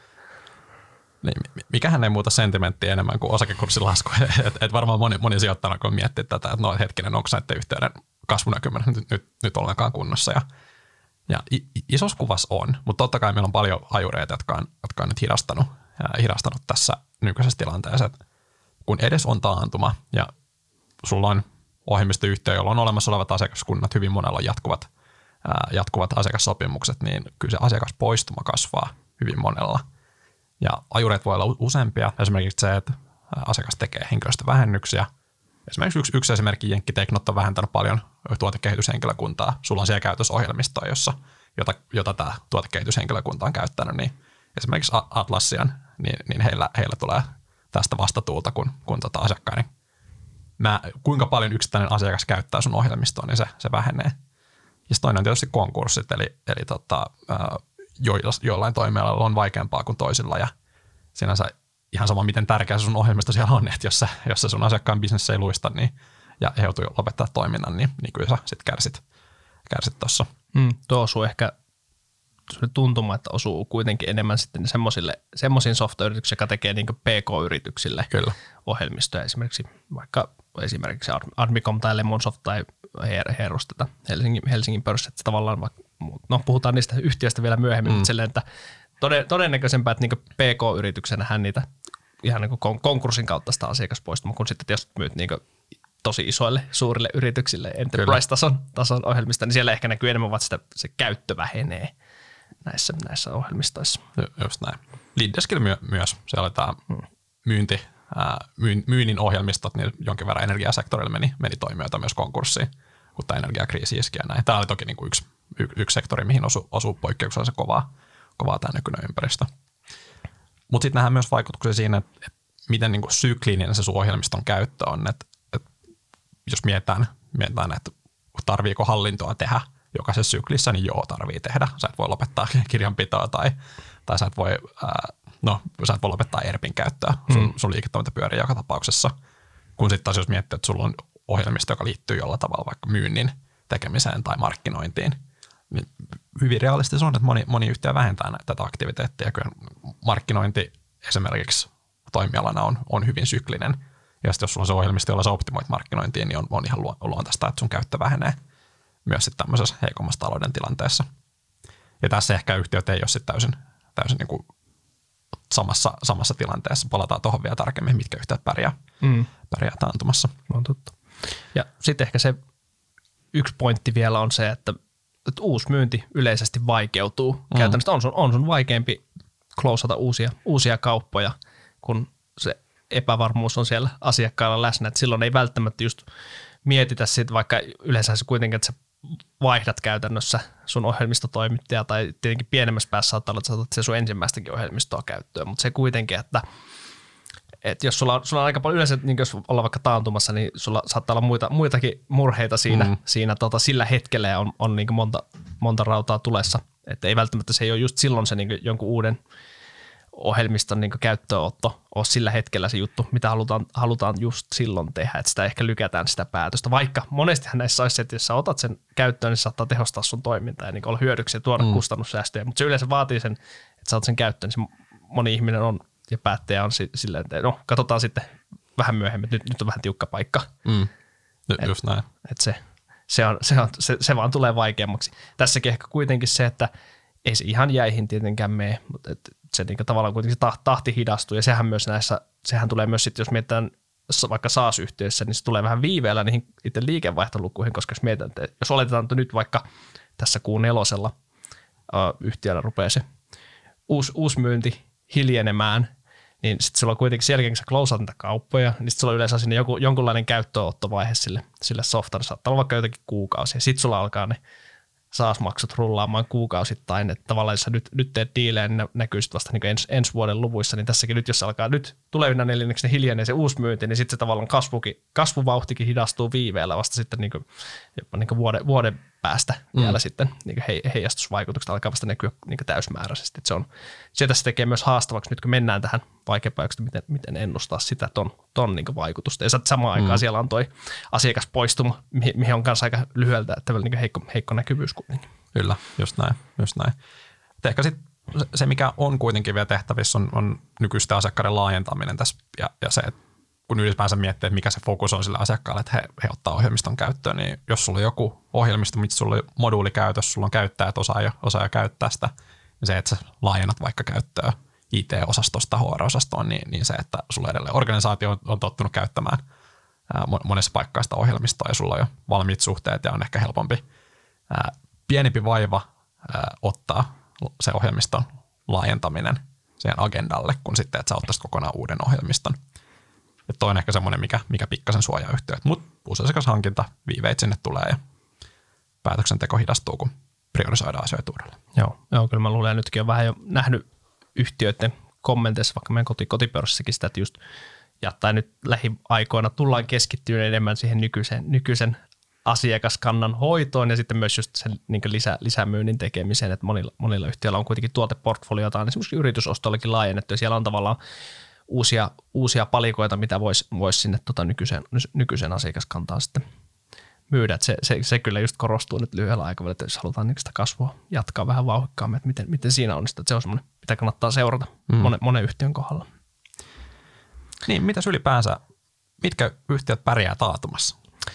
Niin, mikähän ei muuta sentimenttiä enemmän kuin osakekurssin et, et varmaan moni, moni sijoittajana, kun miettii tätä, että no hetkinen, onko näiden yhteyden kasvunäkymä nyt, nyt, nyt ollenkaan kunnossa. Ja, ja isossa kuvassa on, mutta totta kai meillä on paljon ajureita, jotka on, jotka on nyt hidastanut, ää, hidastanut tässä nykyisessä tilanteessa. Et kun edes on taantuma ja sulla on ohjelmistoyhtiö, jolla on olemassa olevat asiakaskunnat, hyvin monella on jatkuvat, ää, jatkuvat asiakassopimukset, niin kyllä se asiakaspoistuma kasvaa hyvin monella. Ja ajureet voi olla useampia. Esimerkiksi se, että asiakas tekee henkilöstövähennyksiä. Esimerkiksi yksi, yksi esimerkki Jenkki-Teknot on vähentänyt paljon tuotekehityshenkilökuntaa. Sulla on siellä käytösohjelmistoa, jossa, jota, jota tämä tuotekehityshenkilökunta on käyttänyt. Niin esimerkiksi Atlassian, niin, niin heillä, heillä tulee tästä vastatuulta, kun, kun tota asiakkaiden, mä, kuinka paljon yksittäinen asiakas käyttää sun ohjelmistoa, niin se, se vähenee. Ja toinen on tietysti konkurssit, eli, eli tota, joillain toimialalla on vaikeampaa kuin toisilla ja sinänsä ihan sama, miten tärkeä se sun ohjelmisto siellä on, että jos, se, jos se sun asiakkaan bisnes ei luista niin, ja he joutuu lopettaa toiminnan, niin, niin kyllä sä sit kärsit, kärsit tuossa. Mm, tuo osuu ehkä tuntuma, että osuu kuitenkin enemmän sitten semmoisiin software-yrityksiin, joka tekee niin P K-yrityksille kyllä. ohjelmistoja. Esimerkiksi vaikka esimerkiksi Admicom tai Lemonsoft tai Herus tätä Helsingin, Helsingin pörssit tavallaan, no puhutaan niistä yhtiöistä vielä myöhemmin, mm. mutta silleen, että todennäköisempää, että niin P K-yrityksenähän niitä ihan niin kuin konkurssin kautta sitä asiakaspoistuma, kun sitten jos myyt niin tosi isoille, suurille yrityksille enterprise-tason tason ohjelmista, niin siellä ehkä näkyy enemmän, että sitä, se käyttö vähenee näissä, näissä ohjelmistoissa. Just näin. Leaddeskillä my- myös. Siellä oli tämä hmm. myynti, ää, myyn, myynnin ohjelmistot, niin jonkin verran energiasektorilla meni, meni toimijoita myös konkurssiin, kun tämä energiakriisi iski ja näin. Tämä oli toki niin kuin yksi, y, yksi sektori, mihin osuu, osuu poikkeuksellisen kovaa, kovaa tämä nykyinen ympäristö. Mutta sitten nähdään myös vaikutuksia siinä, että, että miten niin kuin syklinen se sun ohjelmiston käyttö on. Että, että jos mietitään, mietitään, että tarviiko hallintoa tehdä jokaisessa syklissä, niin joo, tarvii tehdä. Sä et voi lopettaa kirjanpitoa tai, tai sä, et voi, ää, no, sä et voi lopettaa E R P:n käyttöä. Sun, mm. sun liiketoiminta pyörii joka tapauksessa. Kun sitten taas jos miettii, että sulla on ohjelmisto, joka liittyy jollain tavalla vaikka myynnin tekemiseen tai markkinointiin, niin hyvin realistista on, että moni, moni yhtiö vähentää näitä, tätä aktiviteettia. Kyllä markkinointi esimerkiksi toimialana on, on hyvin syklinen. Ja sitten jos sulla on se ohjelmisto, jolla sä optimoit markkinointiin, niin on, on ihan luontaista, että sun käyttö vähenee myös sitten tämmöisessä heikommassa talouden tilanteessa. Ja tässä ehkä yhtiöt ei ole sitten täysin, täysin niin kuin samassa, samassa tilanteessa. Palataan tuohon vielä tarkemmin, mitkä yhtiöt pärjää, mm. pärjää taantumassa. On totta. Ja sitten ehkä se yksi pointti vielä on se, että, että uusi myynti yleisesti vaikeutuu. Mm. Käytännössä on sun, on sun vaikeampi closata uusia, uusia kauppoja, kun se epävarmuus on siellä asiakkailla läsnä. Että silloin ei välttämättä just mietitä siitä, vaikka yleensä se kuitenkin, että sä vaihdat käytännössä sun ohjelmistotoimittajaa tai tietenkin pienemmässä päässä saattaa olla, että sä otat se sun ensimmäistäkin ohjelmistoa käyttöön, mutta se kuitenkin, että, että jos sulla on, sulla on aika paljon yleensä, niin jos ollaan vaikka taantumassa, niin sulla saattaa olla muita, muitakin murheita siinä, mm. siinä tota, sillä hetkellä ja on, on niin monta, monta rautaa tulessa, että ei välttämättä se ei ole just silloin se niin jonkun uuden ohjelmiston niin käyttöönotto ole sillä hetkellä se juttu, mitä halutaan, halutaan just silloin tehdä, että sitä ehkä lykätään sitä päätöstä, vaikka monestihan näissä olisi, että jos sä otat sen käyttöön, niin se saattaa tehostaa sun toimintaa ja niin olla hyödyksi ja tuoda mm. kustannussäästöjä, mutta se yleensä vaatii sen, että sä otat sen käyttöön, niin se moni ihminen on ja päättäjä on silleen, että no katsotaan sitten vähän myöhemmin, että nyt, nyt on vähän tiukka paikka. Mm. Just näin. Että se, se, on, se, on, se, se vaan tulee vaikeammaksi. Tässäkin ehkä kuitenkin se, että ei se ihan jäihin tietenkään mene, mutta et se niin tavallaan kuitenkin se tahti hidastuu ja sehän myös näissä, sehän tulee myös sitten, jos mietitään vaikka SaaS-yhtiöissä, niin se tulee vähän viiveellä niihin itse liikevaihtolukuihin, koska jos mietitään, että jos oletetaan, että nyt vaikka tässä kuun nelosella yhtiöllä rupeaa se uusi, uusi myynti hiljenemään, niin sitten sulla on kuitenkin sen jälkeen, kun sä closeat niitä kauppoja, niin sitten sulla on yleensä sinne joku, jonkunlainen käyttöönottovaihe sille, sille softalle. Saattaa olla vaikka jotakin kuukausia. Sitten sulla alkaa ne SaaS-maksut rullaamaan kuukausittain, että tavallaan jos sä nyt, nyt teet diilejä, niin ne näkyy sitten vasta niin ens, ensi vuoden luvuissa, niin tässäkin nyt, jos alkaa nyt tulevina neljänneksi ne hiljenee se uusi myynti, niin sitten se tavallaan kasvukin, kasvuvauhtikin hidastuu viiveellä vasta sitten niin kuin, jopa niin kuin vuoden, vuoden päästä mm. vielä sitten niin kuin he, heijastusvaikutukset alkaa vasta näkyä niin kuin täysmääräisesti. Että se on, se tässä tekee myös haastavaksi, nyt kun mennään tähän vaikeampaan, miten, miten ennustaa sitä ton, ton niin kuin vaikutusta. Ja samaan aikaan mm. siellä on toi asiakaspoistuma, mihin on kanssa aika lyhyeltä, että niin kuin heikko, heikko näkyvyys kuitenkin. Kyllä, just näin. Just näin. Ehkä sitten se, mikä on kuitenkin vielä tehtävissä, on, on nykyisten asiakkaiden laajentaminen tässä ja, ja se, että kun ylipäänsä miettii, että mikä se fokus on sillä asiakkaalle, että he, he ottaa ohjelmiston käyttöön, niin jos sulla on joku ohjelmisto, missä sulla on moduuli käytössä, sulla on käyttäjät, osaa jo, osaa jo käyttää sitä, niin se, että sä laajennat vaikka käyttöä I T-osastosta H R-osastoon, niin, niin se, että sulla edelleen organisaatio on, on tottunut käyttämään ää, monessa paikkaa sitä ohjelmistoa ja sulla on jo valmiit suhteet ja on ehkä helpompi, ää, pienempi vaiva ää, ottaa se ohjelmiston laajentaminen siihen agendalle, kun sitten, että sä ottaisit kokonaan uuden ohjelmiston. Ja toi on ehkä semmoinen, mikä, mikä pikkasen suojaa yhtiöt, mutta uusasiakashankinta, viiveitä sinne tulee ja päätöksenteko hidastuu, kun priorisoidaan asioita uudelleen. Joo, joo, kyllä mä luulen, nytkin on vähän jo nähnyt yhtiöiden kommenteissa, vaikka meidän koti, kotipörssissäkin sitä, että just tai nyt lähiaikoina tullaan keskittyä enemmän siihen nykyisen, nykyisen asiakaskannan hoitoon ja sitten myös just sen niin lisä, lisämyynnin tekemiseen, että monilla, monilla yhtiöillä on kuitenkin tuoteportfoliotaan esimerkiksi yritysostollekin laajennettu ja siellä on tavallaan uusia, uusia palikoita, mitä voisi vois sinne tota nykyiseen, nykyiseen asiakaskantaan sitten myydä. Se, se, se kyllä just korostuu nyt lyhyellä aikavälillä, että jos halutaan niin sitä kasvua jatkaa vähän vauhdikkaammin, että miten, miten siinä onnistuu. Se on semmoinen, mitä kannattaa seurata mm. monen, monen yhtiön kohdalla. Niin, mitäs ylipäänsä, mitkä yhtiöt pärjää taantumassa?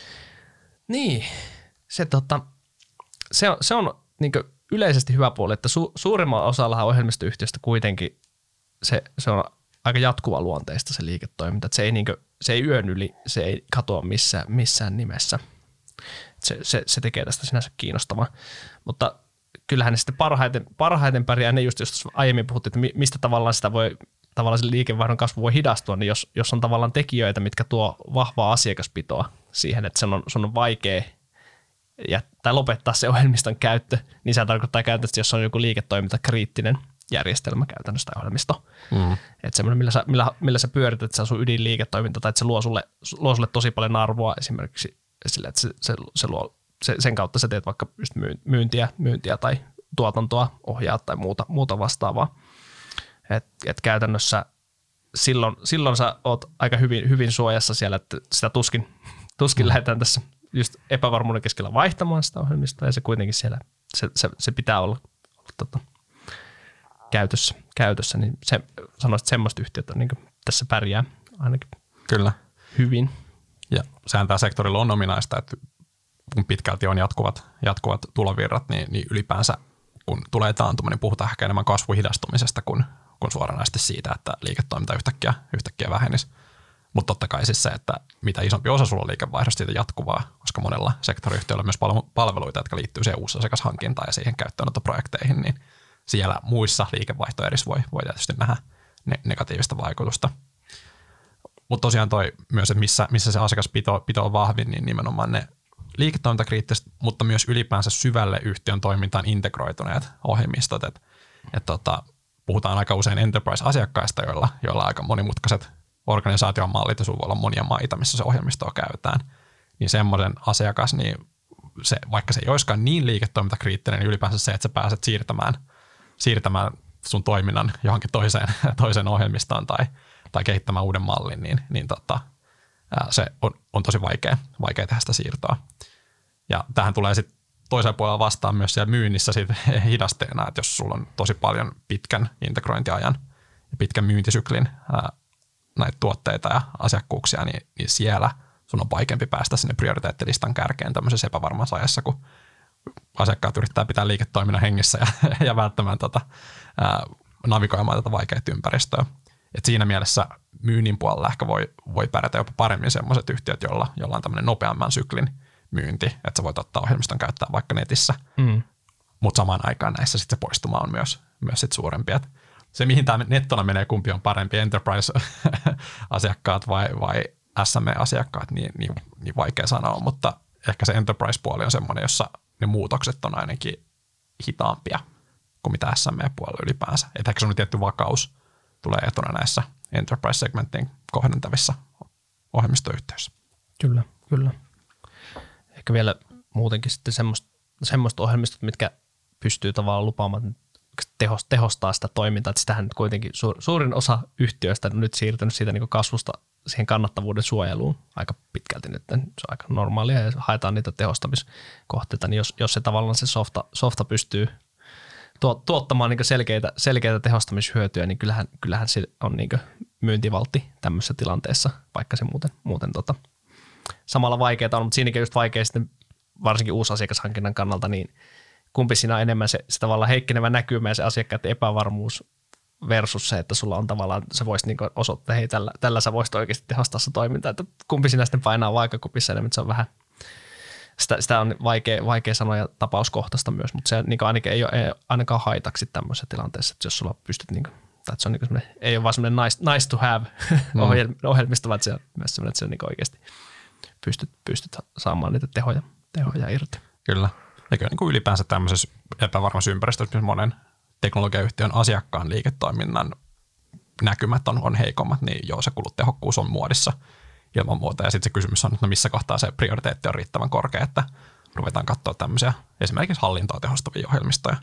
Niin, se, tota, se on, se on niin yleisesti hyvä puoli, että su, suurimmalla osalla ohjelmistoyhtiöistä kuitenkin se, se on aika jatkuva luonteista se liiketoiminta, että se ei, niin kuin, se ei yön yli, se ei katoa missään, missään nimessä. Se, se, se tekee tästä sinänsä kiinnostavaa, mutta kyllähän ne sitten parhaiten, parhaiten pärjää, ne just jos aiemmin puhuttiin, että mistä tavallaan sitä voi, tavallaan se liikevaihdon kasvu voi hidastua, niin jos, jos on tavallaan tekijöitä, mitkä tuo vahvaa asiakaspitoa siihen, että sen on, sun on vaikea ja, tai lopettaa se ohjelmiston käyttö, niin se tarkoittaa käytännössä, jos on joku liiketoiminta kriittinen järjestelmä käytännössä tai ohjelmisto. Mm. Että semmoinen, millä sä, millä, millä sä pyörität, että se on sun ydinliiketoiminta tai että se luo sulle, luo sulle tosi paljon arvoa esimerkiksi sille, että se, se, se luo, se, sen kautta sä teet vaikka just myyntiä, myyntiä tai tuotantoa ohjaa tai muuta, muuta vastaavaa. Et, et käytännössä silloin, silloin sä oot aika hyvin, hyvin suojassa siellä, että sitä tuskin, tuskin mm. lähdetään tässä just epävarmuuden keskellä vaihtamaan sitä ohjelmistoa ja se kuitenkin siellä, se, se, se pitää olla, olla tota, käytössä, käytössä, niin se, sanoisin, että semmoista yhtiötä niin tässä pärjää ainakin Kyllä. hyvin. Ja sehän tämä sektorilla on ominaista, että kun pitkälti on jatkuvat, jatkuvat tulovirrat, niin, niin ylipäänsä kun tulee taantuma, niin puhutaan ehkä enemmän kasvuhidastumisesta kuin, kuin suoranaisesti siitä, että liiketoiminta yhtäkkiä, yhtäkkiä vähenisi. Mutta totta kai siis se, että mitä isompi osa sulla on liikevaihdosta siitä jatkuvaa, koska monella sektoriyhtiöllä on myös palveluita, jotka liittyy siihen uusasiakashankintaan ja siihen käyttöönottoprojekteihin, niin siellä muissa liikevaihtoerissä voi, voi tietysti nähdä ne, negatiivista vaikutusta. Mutta tosiaan toi myös, että missä, missä se asiakaspito pito on vahvin, niin nimenomaan ne liiketoimintakriittiset, mutta myös ylipäänsä syvälle yhtiön toimintaan integroituneet ohjelmistot. Et, et tota, puhutaan aika usein enterprise-asiakkaista, joilla, joilla on aika monimutkaiset organisaation mallit ja sulla voi olla monia maita, missä se ohjelmistoa käytetään. Niin semmoisen asiakas, niin se, vaikka se ei olisikaan niin liiketoimintakriittinen, niin ylipäänsä se, että sä pääset siirtämään, siirtämään sun toiminnan johonkin toiseen, toiseen ohjelmistoon tai, tai kehittämään uuden mallin, niin, niin tota, se on, on tosi vaikea, vaikea tehdä sitä siirtoa. Ja tähän tulee sitten toisella puolella vastaan myös siellä myynnissä sit hidasteena, että jos sulla on tosi paljon pitkän integrointiajan ja pitkän myyntisyklin ää, näitä tuotteita ja asiakkuuksia, niin, niin siellä sun on vaikeampi päästä sinne prioriteettilistan kärkeen tämmöisessä epävarmassa ajassa, kun asiakkaat yrittää pitää liiketoiminnan hengissä ja, ja välttämään tota, ää, navigoimaan tätä vaikeaa ympäristöä. Et siinä mielessä myynnin puolella ehkä voi, voi pärjätä jopa paremmin sellaiset yhtiöt, joilla, joilla on tämmöinen nopeamman syklin myynti, että sä voit ottaa ohjelmiston käyttää vaikka netissä. Mm. mutta samaan aikaan näissä sitten se poistuma on myös, myös sit suurempi. Et se, mihin tämä nettona menee, kumpi on parempi, enterprise-asiakkaat vai, vai S M E-asiakkaat, niin, niin, niin vaikea sanoa, mutta ehkä se enterprise-puoli on semmoinen, jossa ne muutokset on ainakin hitaampia kuin mitä S M E-puolella ylipäänsä. Että ehkä semmoinen tietty vakaus tulee etuna näissä enterprise-segmentin kohdentavissa ohjelmistoyhteisöissä. Kyllä, kyllä. Ehkä vielä muutenkin sitten semmoista, semmoista ohjelmistot, mitkä pystyy tavallaan lupaamaan tehostaa sitä toimintaa, että sitähän nyt kuitenkin suur, suurin osa yhtiöistä on nyt siirtynyt siitä niin kasvusta siihen kannattavuuden suojeluun aika pitkälti nyt. Se on aika normaalia ja haetaan niitä tehostamiskohteita, niin jos, jos se tavallaan se softa, softa pystyy tuottamaan niin selkeitä, selkeitä tehostamishyötyjä, niin kyllähän, kyllähän se on niin myyntivaltti tämmöisessä tilanteessa, vaikka se muuten, muuten tota, samalla vaikeaa on, mutta siinäkin just vaikea sitten varsinkin uusasiakashankinnan kannalta, niin kumpi siinä on enemmän se, se tavallaan heikkenevä näkymä ja se asiakkaiden epävarmuus versus se, että sulla on tavallaan, sä voisit niin osoittaa, että hei, tällä, tällä sä voisit oikeasti tehostaa se toiminta, että kumpi siinä sitten painaa vaakakupissa enemmän, että se on vähän, sitä, sitä on vaikea, vaikea sanoa ja tapauskohtaista myös, mutta se niin ainakin ei ole, ei ainakaan haitaksi tämmöisessä tilanteessa, että jos sulla pystyt, niin kuin, tai että se on niin ei ole vaan semmoinen nice, nice to have mm. ohjelmisto, vaan se on myös semmoinen, että se on niin oikeasti pystyt, pystyt saamaan niitä tehoja, tehoja irti. Kyllä. Eikö niin kuin ylipäänsä tämmöisessä epävarmassa ympäristössä, missä monen teknologiayhtiön asiakkaan liiketoiminnan näkymät on, on heikommat, niin joo, se kulutehokkuus on muodissa ilman muuta. Ja sitten se kysymys on, että no missä kohtaa se prioriteetti on riittävän korkea, että ruvetaan katsoa tämmöisiä esimerkiksi hallintoa tehostavia ohjelmistoja.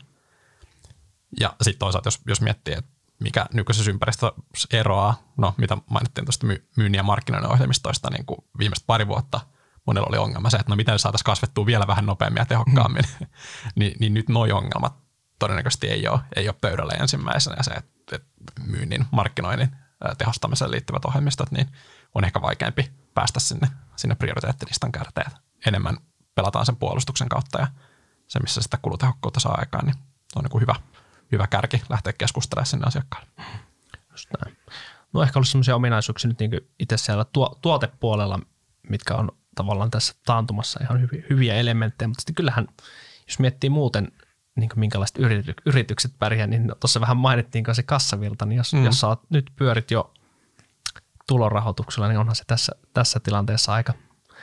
Ja sitten toisaalta, jos, jos miettii, että mikä nykyisessä ympäristössä eroaa, no mitä mainittiin tuosta myynnin ja markkinoinnin ohjelmistoista, niin kuin viimeiset pari vuotta monella oli ongelma se, että no miten saataisiin kasvettua vielä vähän nopeammin ja tehokkaammin, mm. niin, niin nyt nuo ongelmat todennäköisesti ei ole, ei ole pöydällä ensimmäisenä, ja se, että, että myynnin, markkinoinnin tehostamiseen liittyvät ohjelmistot, niin on ehkä vaikeampi päästä sinne, sinne prioriteettilistan kärteen. Enemmän pelataan sen puolustuksen kautta, ja se, missä sitä kulutehokkuutta saa aikaan, niin on niin kuin hyvä, hyvä kärki lähteä keskustelemaan sinne asiakkaalle. Just näin. No ehkä olisi sellaisia ominaisuuksia nyt niin itse siellä tuo, tuotepuolella, mitkä on tavallaan tässä taantumassa ihan hyviä, hyviä elementtejä, mutta sitten kyllähän, jos miettii muuten, niin minkälaiset yrity, yritykset pärjää, niin tuossa vähän mainittiin se kassavirta, niin jos, mm. jos sä oot, nyt pyörit jo tulorahoituksella, niin onhan se tässä, tässä tilanteessa aika,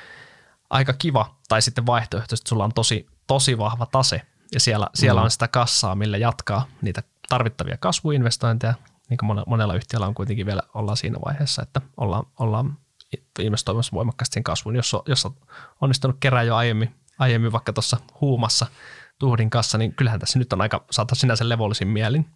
aika kiva, tai sitten vaihtoehtoisesti sulla on tosi, tosi vahva tase, ja siellä, siellä mm. on sitä kassaa, millä jatkaa niitä tarvittavia kasvuinvestointeja, niin kuin monella yhtiöllä on kuitenkin vielä, ollaan siinä vaiheessa, että ollaan, ollaan investoimassa voimakkaasti sen kasvuun, jos on, jos on onnistunut kerää jo aiemmin, aiemmin vaikka tuossa huumassa tuhdin kanssa, niin kyllähän tässä nyt on aika, saattaa sinänsä levollisin mielin,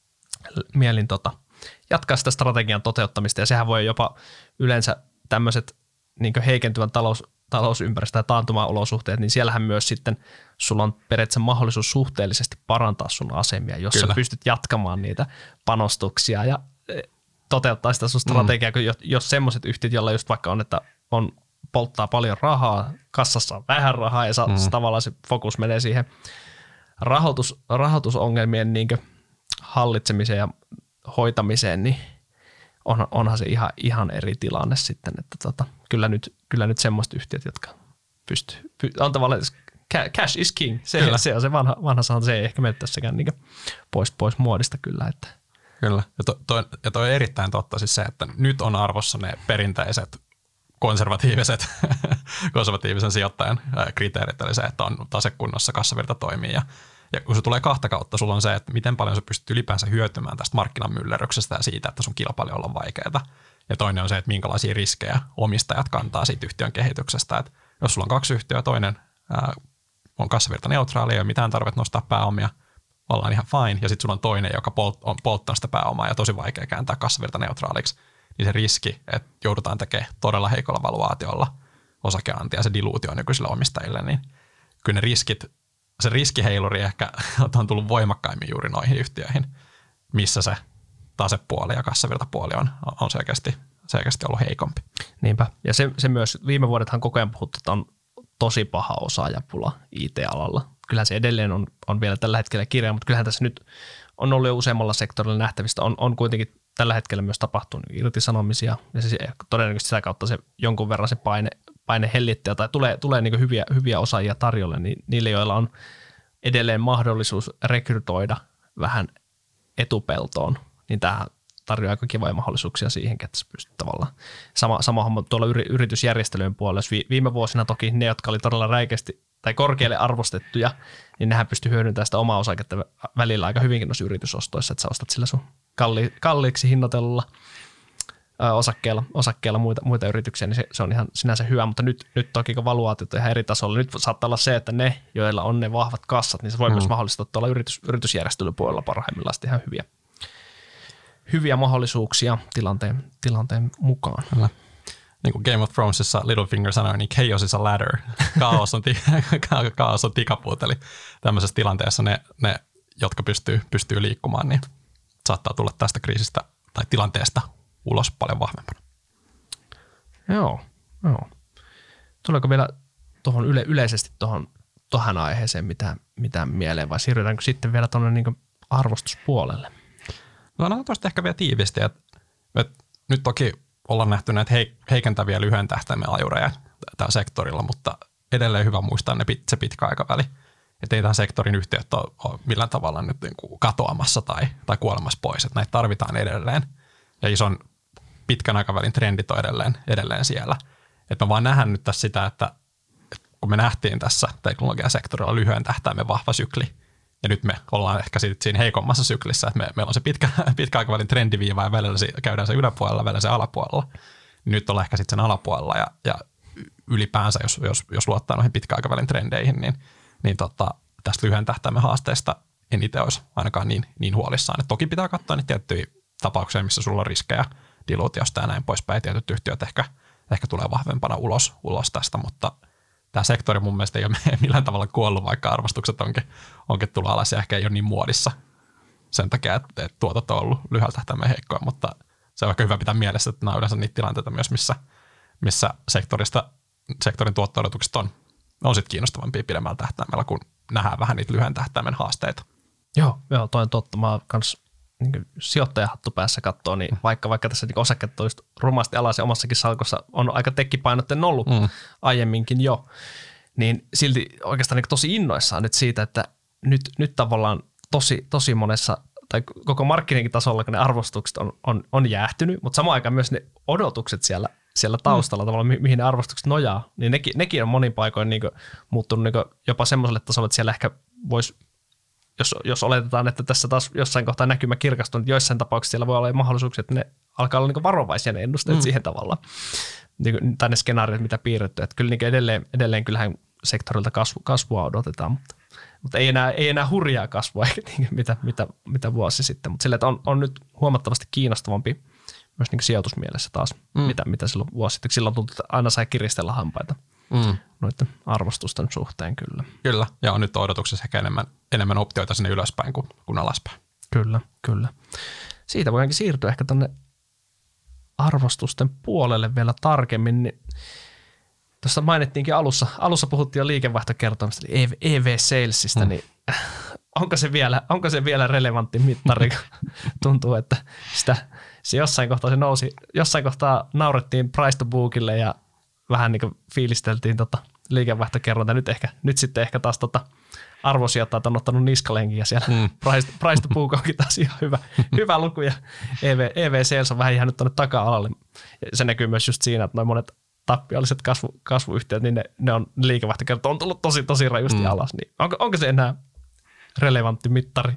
mielin tota, jatkaa sitä strategian toteuttamista, ja sehän voi jopa yleensä tämmöiset niin heikentyvän talous, talousympäristö- ja taantuma-olosuhteet, niin siellähän myös sitten sulla on periaatteessa mahdollisuus suhteellisesti parantaa sun asemia, jos Kyllä. sä pystyt jatkamaan niitä panostuksia ja toteuttaa sitä sun strategiaa, mm. jos semmoiset yhtiöt, joilla just vaikka on, että on polttaa paljon rahaa, kassassa on vähän rahaa ja mm. tavallaan se fokus menee siihen rahoitus, rahoitusongelmien niin hallitsemiseen ja hoitamiseen, niin on, onhan se ihan, ihan eri tilanne sitten, että tota, kyllä, nyt, kyllä nyt semmoiset yhtiöt, jotka pystyy, on tavallaan cash is king, se, se on se vanha, vanha sana, se ei ehkä mene tässäkään niin pois, pois muodista kyllä, että Kyllä, ja toi, toi, ja toi on erittäin totta siis se, että nyt on arvossa ne perinteiset konservatiiviset, konservatiivisen sijoittajan kriteerit, eli se, että on tasekunnossa, kassavirta toimii, ja, ja kun se tulee kahta kautta, sulla on se, että miten paljon sä pystyt ylipäänsä hyötymään tästä markkinamyllerryksestä ja siitä, että sun kilpailijoilla on vaikeaa, ja toinen on se, että minkälaisia riskejä omistajat kantaa siitä yhtiön kehityksestä, että jos sulla on kaksi yhtiöä, toinen ää, on kassavirta neutraali, ei ole mitään tarvetta nostaa pääomia, ollaan ihan fine, ja sitten sulla on toinen, joka polt, on polttanut sitä pääomaa ja tosi vaikea kääntää kassavirta neutraaliksi, niin se riski, että joudutaan tekemään todella heikolla valuaatiolla osakeantia ja se diluutio nykyisille omistajille, niin kyllä ne riskit, se riskiheiluri ehkä on tullut voimakkaimmin juuri noihin yhtiöihin, missä se tasepuoli ja kassavirtapuoli on, on selkeästi, selkeästi ollut heikompi. Niinpä, ja se, se myös, viime vuodethan koko ajan puhuttu, että on tosi paha osaajapula I T-alalla. Kyllähän se edelleen on, on vielä tällä hetkellä kirja, mutta kyllähän tässä nyt on ollut jo useammalla sektorilla nähtävistä. On, on kuitenkin tällä hetkellä myös tapahtunut irtisanomisia, ja se, todennäköisesti sitä kautta se jonkun verran se paine, paine hellittää, tai tulee, tulee niin hyviä, hyviä osaajia tarjolle, niin niille, joilla on edelleen mahdollisuus rekrytoida vähän etupeltoon, niin tämähän tarjoaa aika kivoja mahdollisuuksia siihenkin, että sä pystyt tavallaan. Sama, sama homma tuolla yritysjärjestelyjen puolella. Viime vuosina toki ne, jotka oli todella räikeästi tai korkealle arvostettuja, niin nehän pystyy hyödyntämään sitä omaa osaketta välillä aika hyvinkin noissa yritysostoissa, että sä ostat sillä sun kalli, kalliiksi hinnoitellulla osakkeella, osakkeella muita, muita yrityksiä, niin se, se on ihan sinänsä hyvä, mutta nyt, nyt toki kun valuaatiot on ihan eri tasolla, nyt saattaa olla se, että ne, joilla on ne vahvat kassat, niin se voi mm. myös mahdollistaa tuolla yritys, yritysjärjestelypuolella parhaimmillaan ihan hyviä, hyviä mahdollisuuksia tilanteen, tilanteen mukaan. Kyllä. Niin kuin Game of Thronesissa Littlefinger sanoi, niin chaos is a ladder. Kaos on, kaos on tikapuut, eli tämmöisessä tilanteessa ne, ne jotka pystyy, pystyy liikkumaan, niin saattaa tulla tästä kriisistä tai tilanteesta ulos paljon vahvempana. Joo, joo. Tuleeko vielä tuohon yle, yleisesti tuohon tuohon aiheeseen mitään, mitään mieleen, vai siirrytäänkö sitten vielä tuonne niin arvostuspuolelle? No on tuosta ehkä vielä tiivisti, että, että nyt toki ollaan nähty näitä heikentäviä lyhyen tähtäimen ajureja tällä sektorilla, mutta edelleen hyvä muistaa ne pit, se pitkä aikaväli. Että ei tämän sektorin yhtiöt ole, ole millään tavalla nyt niin kuin katoamassa tai, tai kuolemassa pois. Että näitä tarvitaan edelleen. Ja ison pitkän aikavälin trendit on edelleen, edelleen siellä. Että mä vaan nähdään nyt tässä sitä, että, että kun me nähtiin tässä teknologiasektorilla lyhyen tähtäimen vahva sykli, ja nyt me ollaan ehkä siinä heikommassa syklissä, että me, meillä on se pitkä, pitkä aikavälin trendiviiva ja välillä se, käydään se yläpuolella, välillä se alapuolella. Nyt ollaan ehkä sitten sen alapuolella ja, ja ylipäänsä, jos, jos, jos luottaa noihin pitkän aikavälin trendeihin, niin, niin tota, tästä lyhyen tähtäimen haasteesta en itse olisi ainakaan niin, niin huolissaan. Et toki pitää katsoa niitä tiettyjä tapauksia, missä sulla on riskejä, diluutiosta ja näin poispäin. Tietyt yhtiöt ehkä, ehkä tulee vahvempana ulos, ulos tästä, mutta tämä sektori mun mielestä ei ole millään tavalla kuollut, vaikka arvostukset onkin, onkin tullut alas ja ehkä ei ole niin muodissa sen takia, että, että tuotot on ollut lyhyellä tähtäimellä heikkoja, mutta se on ehkä hyvä pitää mielessä, että nämä on yleensä niitä tilanteita myös, missä, missä sektorista, sektorin tuotto-odotukset on, on sitten kiinnostavampia pidemmällä tähtäimellä, kun nähdään vähän niitä lyhyen tähtäimen haasteita. Joo, joo, toi on totta. Mä oon kans niin sijoittajahattu päässä katsoo, niin vaikka, vaikka tässä niin osakkeet on just rumasti alas ja omassakin salkossa on aika tekkipainotteinen ollut mm. aiemminkin jo, niin silti oikeastaan niin tosi innoissaan nyt siitä, että nyt, nyt tavallaan tosi, tosi monessa, tai koko markkinenkin tasolla, kun ne arvostukset on, on, on jäähtynyt, mutta samaan aikaan myös ne odotukset siellä, siellä taustalla, mm. tavallaan mi- mihin ne arvostukset nojaa, niin nekin, nekin on monin paikoin niin muuttunut niin jopa semmoiselle tasolle, että siellä ehkä voisi Jos, jos oletetaan, että tässä taas jossain kohtaa näkymä kirkastuu, niin joissain tapauksissa siellä voi olla mahdollisuuksia, että ne alkaa olla niin varovaisia ne ennusteet mm. siihen tavalla. Niin, tai ne skenaariot, mitä piirretty. Että kyllä niin edelleen, edelleen kyllähän sektorilta kasvu, kasvua odotetaan, mutta, mutta ei, enää, ei enää hurjaa kasvua, niin, mitä, mitä, mitä vuosi sitten. Mutta sillä, että on, on nyt huomattavasti kiinnostavampi myös niin sijoitusmielessä taas, mm. mitä, mitä silloin vuosi sitten. Silloin tuntuu, että aina sai kiristellä hampaita. Mm. Noiden arvostusten suhteen kyllä. Kyllä, ja on nyt odotuksessa ehkä enemmän, enemmän optioita sinne ylöspäin kuin, kuin alaspäin. Kyllä, kyllä. Siitä voidaankin siirtyä ehkä tuonne arvostusten puolelle vielä tarkemmin. Niin tuossa mainittiinkin alussa, alussa puhuttiin jo liikevaihtokertoimista, eli E V-salesista, mm. niin onko se, vielä, onko se vielä relevantti mittari? Tuntuu, että sitä, se jossain kohtaa se nousi, jossain kohtaa naurettiin price to bookille ja vähän niin kuin fiilisteltiin tota liikevaihtokerronta. Nyt, ehkä, nyt sitten ehkä taas tota arvosijoittajat on ottanut niskalenkin ja siellä mm. price, price to book onkin taas ihan hyvä, hyvä luku ja E V, E V-sales on vähän jäänyt tuonne taka-alalle. Se näkyy myös just siinä, että noin monet tappiolliset kasvu, kasvuyhtiöt, niin ne, ne on liikevaihtokerta on tullut tosi, tosi rajusti mm. alas. Niin onko, onko se enää relevantti mittari?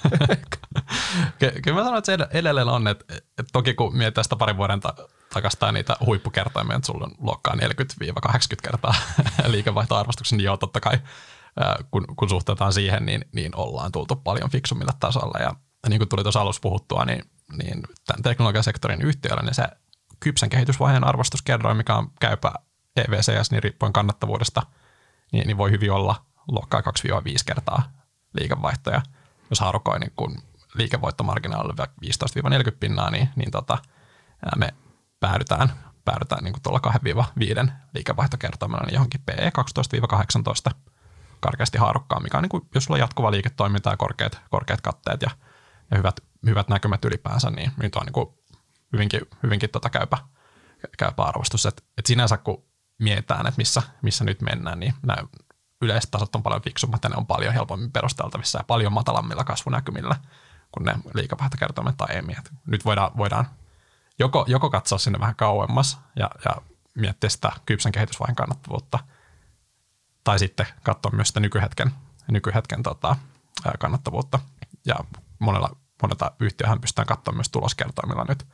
Kyllä mä sanon, että se edelleen on, että, että toki kun mietitään sitä parin vuoden ta- takastaan niitä huippukertoimia, että sulla on luokkaa neljäkymmentä kahdeksankymmentä kertaa liikevaihtoarvostuksen, niin joo, totta kai kun, kun suhteutetaan siihen, niin, niin ollaan tultu paljon fiksummilla tasolla. Ja niin kuin tuli tuossa alussa puhuttua, niin, niin tämän teknologiasektorin yhtiöllä niin se kypsän kehitysvaiheen arvostuskerroin, mikä on käypä E V C S, niin riippuen kannattavuudesta, niin, niin voi hyvin olla luokkaa kaksi viisi kertaa liikevaihtoja. Jos harukoi niin kun liikevoittomarginaalilla viisitoista neljäkymmentä pinnaa, niin, niin tota, me päädytään, päädytään niin tuolla kaksi viisi liikevaihtokertoimella niin johonkin P E kaksitoista kahdeksantoista karkeasti haarukkaan, mikä on, niin kuin, jos sulla on jatkuva liiketoiminta ja korkeat, korkeat katteet ja, ja hyvät, hyvät näkymät ylipäänsä, niin nyt on niin kuin hyvinkin, hyvinkin tota käypä, käypä arvostus. Et, et sinänsä kun mietitään, että missä, missä nyt mennään, niin nämä yleiset tasot on paljon fiksummat ja ne on paljon helpommin perusteltavissa ja paljon matalammilla kasvunäkymillä kuin ne liikevaihtokertoimet aiemmin. Et nyt voidaan, voidaan joko, joko katsoa sinne vähän kauemmas ja, ja miettiä sitä kypsän kehitysvaiheen kannattavuutta tai sitten katsoa myös sitä nykyhetken, nykyhetken tota, kannattavuutta. Ja monella, monelta yhtiöhän pystytään katsoa myös tuloskertoimilla nyt.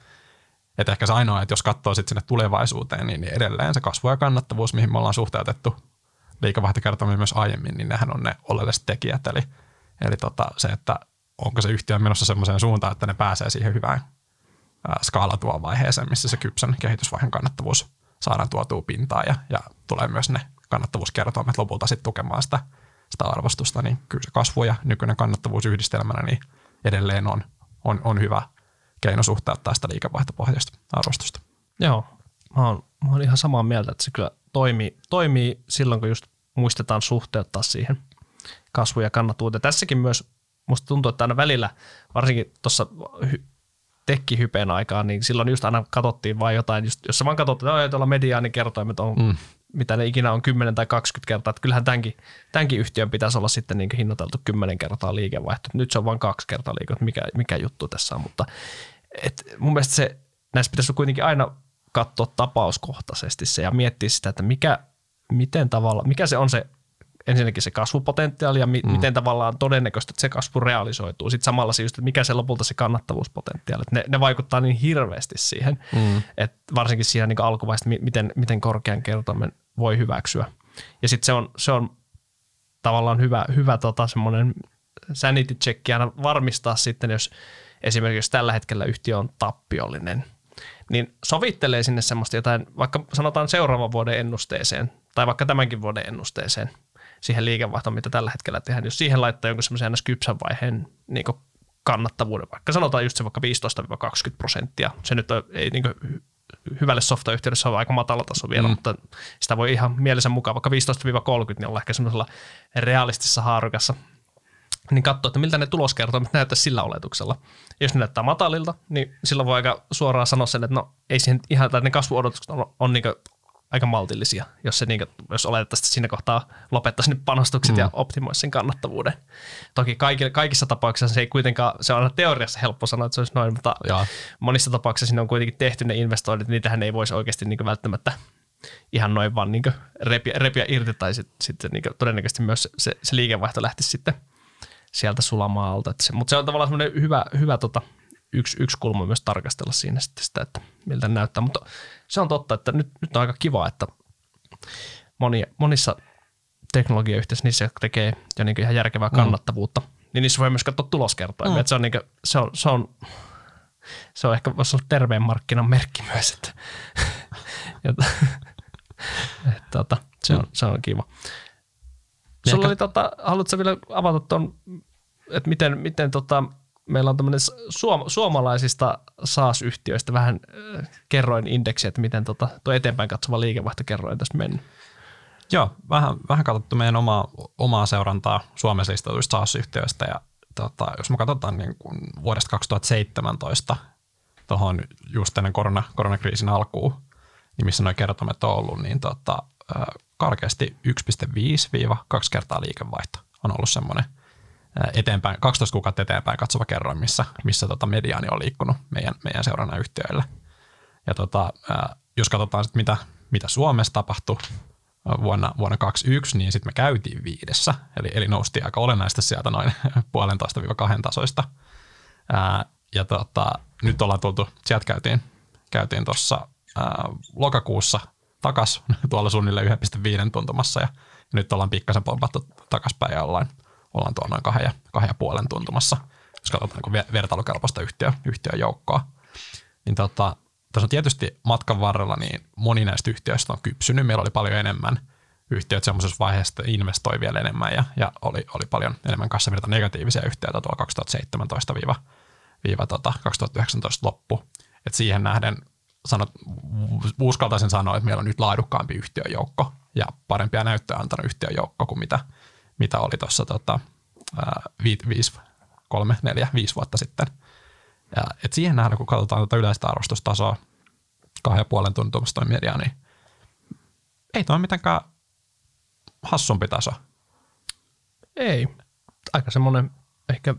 Et ehkä se ainoa, että jos katsoo sitten sinne tulevaisuuteen, niin edelleen se kasvu ja kannattavuus, mihin me ollaan suhteutettu liikevaihtokertoimia myös aiemmin, niin nehän on ne oleelliset tekijät. Eli, eli tota, se, että onko se yhtiö menossa semmoiseen suuntaan, että ne pääsee siihen hyvään ää, skaalatuaan vaiheeseen, missä se kypsän kehitysvaiheen kannattavuus saadaan tuotua pintaan ja, ja tulee myös ne kannattavuuskertoimet lopulta sitten tukemaan sitä, sitä arvostusta, niin kyllä se kasvu ja nykyinen kannattavuus yhdistelmänä niin edelleen on, on, on hyvä keino suhteuttaa sitä liikevaihtopohjaista arvostusta. Joo, mä oon, mä oon ihan samaa mieltä, että se kyllä toimii, toimii silloin, kun just muistetaan suhteuttaa siihen kasvu- ja kannattavuuteen. Tässäkin myös musta tuntuu, että aina välillä, varsinkin tuossa hy- tekkihypeen aikaan, niin silloin just aina katsottiin vain jotain, just, jos sä vaan katsot, että tuolla mediaanikertoimet on, mm. mitä ne ikinä on kymmenen tai kaksikymmentä kertaa, että kyllähän tämänkin, tämänkin yhtiön pitäisi olla sitten niin hinnoiteltu kymmenen kertaa liikevaihto. Nyt se on vain kaksi kertaa liikevaihto, mikä, mikä juttu tässä on, mutta et mun mielestä se, näissä pitäisi kuitenkin aina katsoa tapauskohtaisesti se ja miettiä sitä, että mikä, miten tavalla, mikä se on se ensinnäkin se kasvupotentiaali ja mi- mm. miten tavallaan todennäköistä, että se kasvu realisoituu. Sitten samalla se just, että mikä se lopulta se kannattavuuspotentiaali. Ne, ne vaikuttaa niin hirveästi siihen, mm. että varsinkin siinä niin alkuvaiheessa, miten, miten korkean kertoimen voi hyväksyä. Ja sitten se on, se on tavallaan hyvä, hyvä tota, semmoinen sanity check aina varmistaa sitten, jos esimerkiksi jos tällä hetkellä yhtiö on tappiollinen, niin sovittelee sinne semmoista jotain, vaikka sanotaan seuraavan vuoden ennusteeseen tai vaikka tämänkin vuoden ennusteeseen, siihen liikevaihtoon, mitä tällä hetkellä tehdään. Jos siihen laittaa jonkun semmoisen ns. Kypsän vaiheen niin kannattavuuden, vaikka sanotaan just se vaikka viisitoista kaksikymmentä prosenttia, se nyt on, ei niin hyvälle softayhtiölle se on aika matala taso vielä, mm. mutta sitä voi ihan mielensä mukaan, vaikka viisitoista kolmekymmentä, niin olla ehkä semmoisella realistisessa haarukassa, niin katsoa, että miltä ne tuloskertoimet näyttäisi sillä oletuksella. Jos ne näyttää matalilta, niin silloin voi aika suoraan sanoa sen, että no ei siihen ihan, tai ne kasvuodotukset on, on niin aika maltillisia, jos, se niin kuin, jos oletettaisiin, että siinä kohtaa lopettaisi ne panostukset mm. ja optimoisi sen kannattavuuden. Toki kaikki, kaikissa tapauksissa se ei kuitenkaan, se on aina teoriassa helppo sanoa, että se olisi noin, mutta ja. monissa tapauksissa siinä on kuitenkin tehty ne investoinnit, niitähän ei voisi oikeasti niin välttämättä ihan noin vaan niin repiä, repiä irti, tai sitten sit niin todennäköisesti myös se, se liikevaihto lähtisi sitten sieltä sulamaan alta. Se, mutta se on tavallaan semmoinen hyvä, hyvä tota, yksi, yksi kulma myös tarkastella siinä sitten sitä, että miltä näyttää. Mutta se on totta, että nyt, nyt on aika kiva, että monia, monissa teknologiayhtiöissä, niissä, jotka tekee jo niin ihan järkevää kannattavuutta, mm. niin niissä voi myös katsoa tuloskertoimia. Mm. Se, on niin kuin, se, on, se, on, se on ehkä voisi olla terveen markkinan merkki myös. Että, että, että, että, se, on, se on kiva. Sulla oli, tota, haluatko vielä avata tuon, että miten, miten tota, meillä on tämmöinen suom- suomalaisista SaaS-yhtiöistä vähän äh, kerroin indeksi, että miten tota, tuo eteenpäin katsova liikevaihtokerroin tässä mennyt? Joo, vähän, vähän katsottu meidän omaa, omaa seurantaa Suomessa listatuista SaaS-yhtiöistä ja tota, jos me katsotaan niin kuin vuodesta kaksituhattaseitsemäntoista tuohon just ennen korona, koronakriisin alkuun, niin missä nuo kertoimet on ollut, niin tota, äh, karkeasti yksi pilkku viisi kaksi kertaa liikevaihto on ollut semmoinen eteenpäin, kaksitoista kuukautta eteenpäin katsova kerroin, missä, missä tota mediaani on liikkunut meidän, meidän seurannan yhtiöillä. Ja tota, jos katsotaan sit mitä, mitä Suomessa tapahtui vuonna, vuonna kaksikymmentäyksi, niin sitten me käytiin viidessä, eli, eli noustiin aika olennaisesti sieltä noin puolentoista kahden tasoista. Ää, ja tota, nyt ollaan tultu, sieltä käytiin, käytiin tuossa lokakuussa takas tuolla suunnilleen yksi pilkku viisi tuntumassa ja nyt ollaan pikkasen pompattu takaspäin ja ollaan, ollaan tuolla noin kahden ja, kahden ja puolen tuntumassa, jos katsotaan niin vertailukelpoista yhtiö, yhtiön joukkoa. Niin tota, tässä on tietysti matkan varrella niin moni näistä yhtiöistä on kypsynyt. Meillä oli paljon enemmän yhtiöitä semmoisessa vaiheessa, että investoi vielä enemmän ja, ja oli, oli paljon enemmän kassavirta negatiivisia yhtiöitä tuolla kaksituhattaseitsemäntoista kaksituhattayhdeksäntoista loppu. Et siihen nähden sanot, uskaltaisin sanoa, että meillä on nyt laadukkaampi yhtiöjoukko ja parempia näyttöjä antanut yhtiöjoukko kuin mitä, mitä oli tuossa tota, viisi, kolme, neljä, viisi vuotta sitten. Ja, et siihen nähdään, kun katsotaan tuota yleistä arvostustasoa kahden ja puolen tuntumasta toi media, niin ei toi mitenkään hassumpi taso. Ei. Aika semmoinen ehkä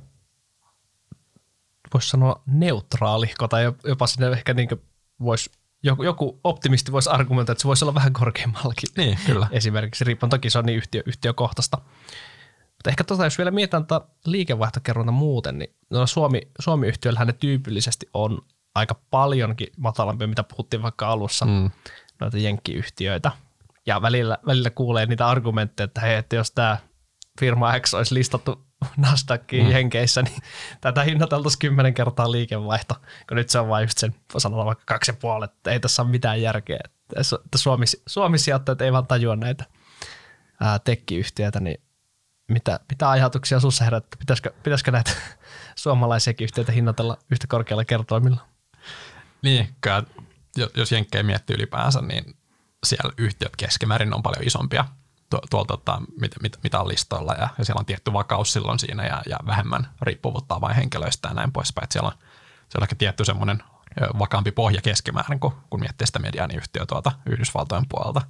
voisi sanoa neutraalikko tai jopa sinne ehkä niin voisi, joku, joku optimisti voisi argumentoida, että se voisi olla vähän korkeammallakin. Niin, kyllä. Esimerkiksi riippuen, toki se on niin yhtiö, yhtiökohtaista. Mutta ehkä tota, jos vielä mietitään tätä liikevaihtokerronta muuten, niin no Suomi, Suomi-yhtiöillähän ne tyypillisesti on aika paljonkin matalampia, mitä puhuttiin vaikka alussa, mm. noita jenkkiyhtiöitä. Ja välillä, välillä kuulee niitä argumentteja, että hei, että jos tämä firma X olisi listattu Nasdaqin mm. jenkeissä, niin tätä hinnoiteltaisiin kymmenen kertaa liikevaihto, kun nyt se on vain just sen, sanotaan vaikka kaksi ja puoli, että ei tässä ole mitään järkeä. Että Suomi, Suomi-sijoittajat ei vaan tajua näitä ää, tekkiyhtiöitä, niin mitä, mitä ajatuksia sinussa herättää? Pitäisikö, pitäisikö näitä suomalaisiakin yhtiöitä hinnoitella yhtä korkealla kertoimilla? Niin, jos jenkkejä miettii ylipäänsä, niin siellä yhtiöt keskimäärin on paljon isompia tuolta, tota, mitä, mitä, mitä on listoilla ja, ja siellä on tietty vakaus silloin siinä ja, ja vähemmän riippuvuutta vain henkilöistä ja näin poispäin. Että siellä on, siellä on ehkä tietty semmoinen vakaampi pohja keskimäärin, kun, kun miettii sitä mediaaniyhtiöä tuolta Yhdysvaltojen puolelta.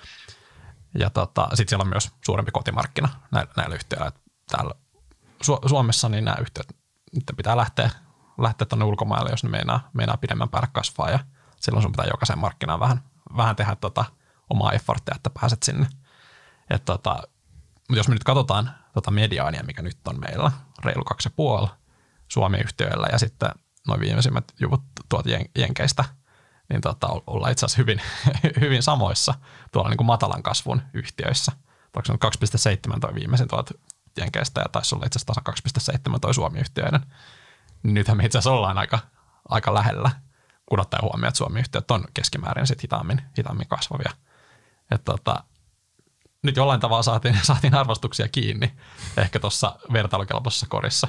Ja tota, sitten siellä on myös suurempi kotimarkkina näillä, näillä yhtiöillä. Täällä Su- Suomessa niin nämä yhtiöt pitää lähteä, lähteä tuonne ulkomaille, jos ne meinaa, meinaa pidemmän päälle kasvaa ja silloin sun pitää jokaisen markkinaan vähän, vähän tehdä tota omaa efforttia, että pääset sinne. Et tota, jos me nyt katsotaan tota mediaania, mikä nyt on meillä, reilu kaksi ja puoli Suomi-yhtiöillä ja sitten noin viimeisimmät juvut tuolta jen- jenkeistä, niin tota, ollaan itse asiassa hyvin, hyvin samoissa tuolla niin kuin matalan kasvun yhtiöissä. Onko se on kaksi pilkku seitsemän toi viimeisin tuolta jenkeistä ja taisi olla itse asiassa tasan kaksi pilkku seitsemän toi Suomi-yhtiöiden. Niin nythän me itse asiassa ollaan aika, aika lähellä, kun ottaa huomioon, että Suomi-yhtiöt on keskimäärin sit hitaammin, hitaammin kasvavia. Et tota, nyt jollain tavalla saatiin, saatiin arvostuksia kiinni ehkä tuossa vertailukelpoisessa korissa.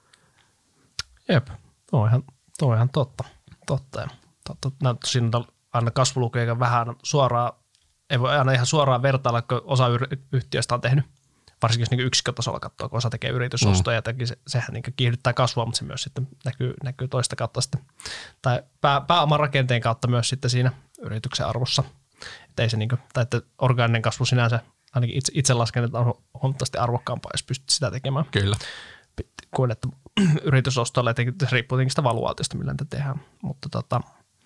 Jep, tuo on ihan, tuo on ihan totta. totta. totta. Siinä on aina kasvulukuja vähän suoraan, ei voi aina ihan suoraan vertailla, kun osa yhtiöistä on tehnyt, varsinkin jos niin yksikkötasolla katsoo, kun osa tekee yritysostoja, mm. se, sehän niin kiihdyttää kasvua, mutta se myös sitten näkyy, näkyy toista kautta sitten, tai pää, pääoman rakenteen kautta myös sitten siinä yrityksen arvossa. Että ei se niin kuin, tai että orgaaninen kasvu sinänsä, ainakin itse, itse lasken, että on huomattavasti arvokkaampaa, jos pystyt sitä tekemään. Kyllä. Kuin että yritysostoilla, se riippuu tietenkin sitä valuaatiosta, millä niitä tehdään. Mutta tota,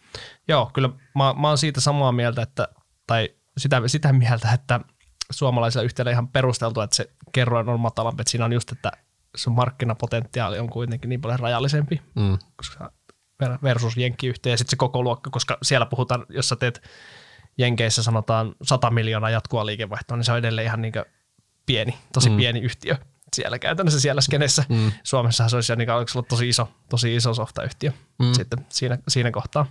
joo, kyllä mä, mä oon siitä samaa mieltä, että, tai sitä, sitä mieltä, että suomalaisilla yhtiöillä ihan perusteltua, että se kerroin on matalampi, että siinä on just, että se markkinapotentiaali on kuitenkin niin paljon rajallisempi, mm. koska versus jenkkiyhtiö ja sitten se koko luokka, koska siellä puhutaan, jos sä teet jenkeissä sanotaan sata miljoonaa jatkuva liikevaihtoa, niin se on edelleen ihan niin pieni, tosi mm. pieni yhtiö siellä käytännössä siellä skenessä. Mm. Suomessahan se olisi niin kuin, tosi iso, tosi iso softayhtiö mm. sitten siinä, siinä kohtaa.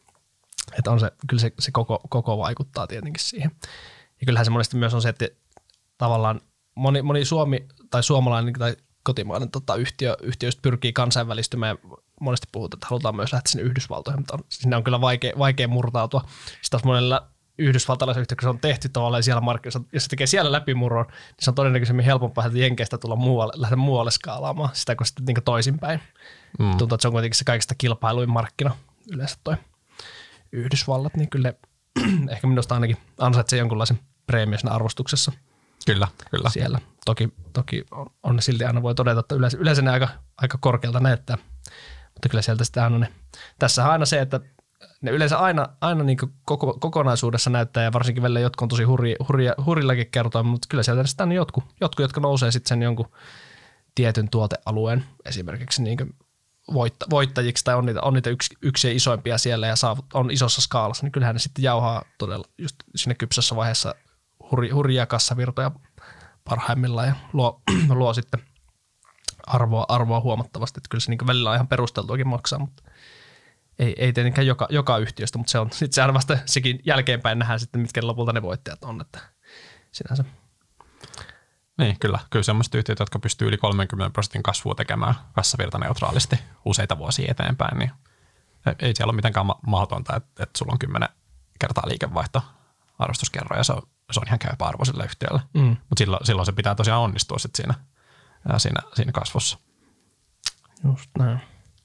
Että on se, kyllä se, se koko, koko vaikuttaa tietenkin siihen. Ja kyllähän se monesti myös on se, että tavallaan moni, moni Suomi tai suomalainen tai kotimainen tota, yhtiö, yhtiöistä pyrkii kansainvälistymään ja monesti puhutaan, että halutaan myös lähteä sinne Yhdysvaltoihin, mutta on, sinne on kyllä vaikea, vaikea murtautua. Sitten taas monella yhdysvaltalaisen yhtiö, kun se on tehty tavallaan siellä markkinoissa, jos se tekee siellä läpimurron, niin se on todennäköisemmin helpompaa, että jenkeistä tulla muualle, lähteä muualle skaalaamaan sitä kuin sitten niin toisinpäin. Mm. Tuntuu, että se on kuitenkin se kaikista kilpailuin markkina yleensä toi Yhdysvallat, niin kyllä ehkä minusta ainakin ansaitsee jonkunlaisen preemion siinä arvostuksessa. Kyllä, kyllä. Siellä. Toki, toki on, on ne silti aina voi todeta, että yleensä, yleensä ne aika, aika korkealta näyttää, mutta kyllä sieltä sitten aina ne. Tässä on aina se, että ne yleensä aina, aina niin koko, kokonaisuudessa näyttää, ja varsinkin välillä jotkut on tosi hurja, hurja, hurjillakin kertoa, mutta kyllä sieltä sitten on jotkut, jotkut, jotka nousee sitten sen jonkun tietyn tuotealueen esimerkiksi niin voitta, voittajiksi, tai on niitä, on niitä yksi, yksiä isoimpia siellä ja saa, on isossa skaalassa, niin kyllähän ne sitten jauhaa todella just sinne kypsässä vaiheessa hurja, hurjia kassavirtoja parhaimmillaan ja luo, luo sitten arvoa, arvoa huomattavasti, että kyllä se niin välillä on ihan perusteltuakin maksaa, mutta Ei, ei tietenkään joka, joka yhtiöstä, mutta se on sitten sehän vasta sekin jälkeenpäin nähdään sitten, mitkä lopulta ne voittajat on, että sinänsä. Niin, kyllä. Kyllä sellaiset yhtiöt, jotka pystyy yli kolmekymmentä prosentin kasvua tekemään kassavirtaneutraalisti useita vuosia eteenpäin, niin ei siellä ole mitenkään ma- mahdotonta, että, että sulla on kymmenen kertaa liikevaihto arvostuskerro, ja se on, se on ihan käypä arvo sille yhtiölle. Mm. Mutta silloin, silloin se pitää tosiaan onnistua sit siinä, siinä, siinä kasvussa. Just näin.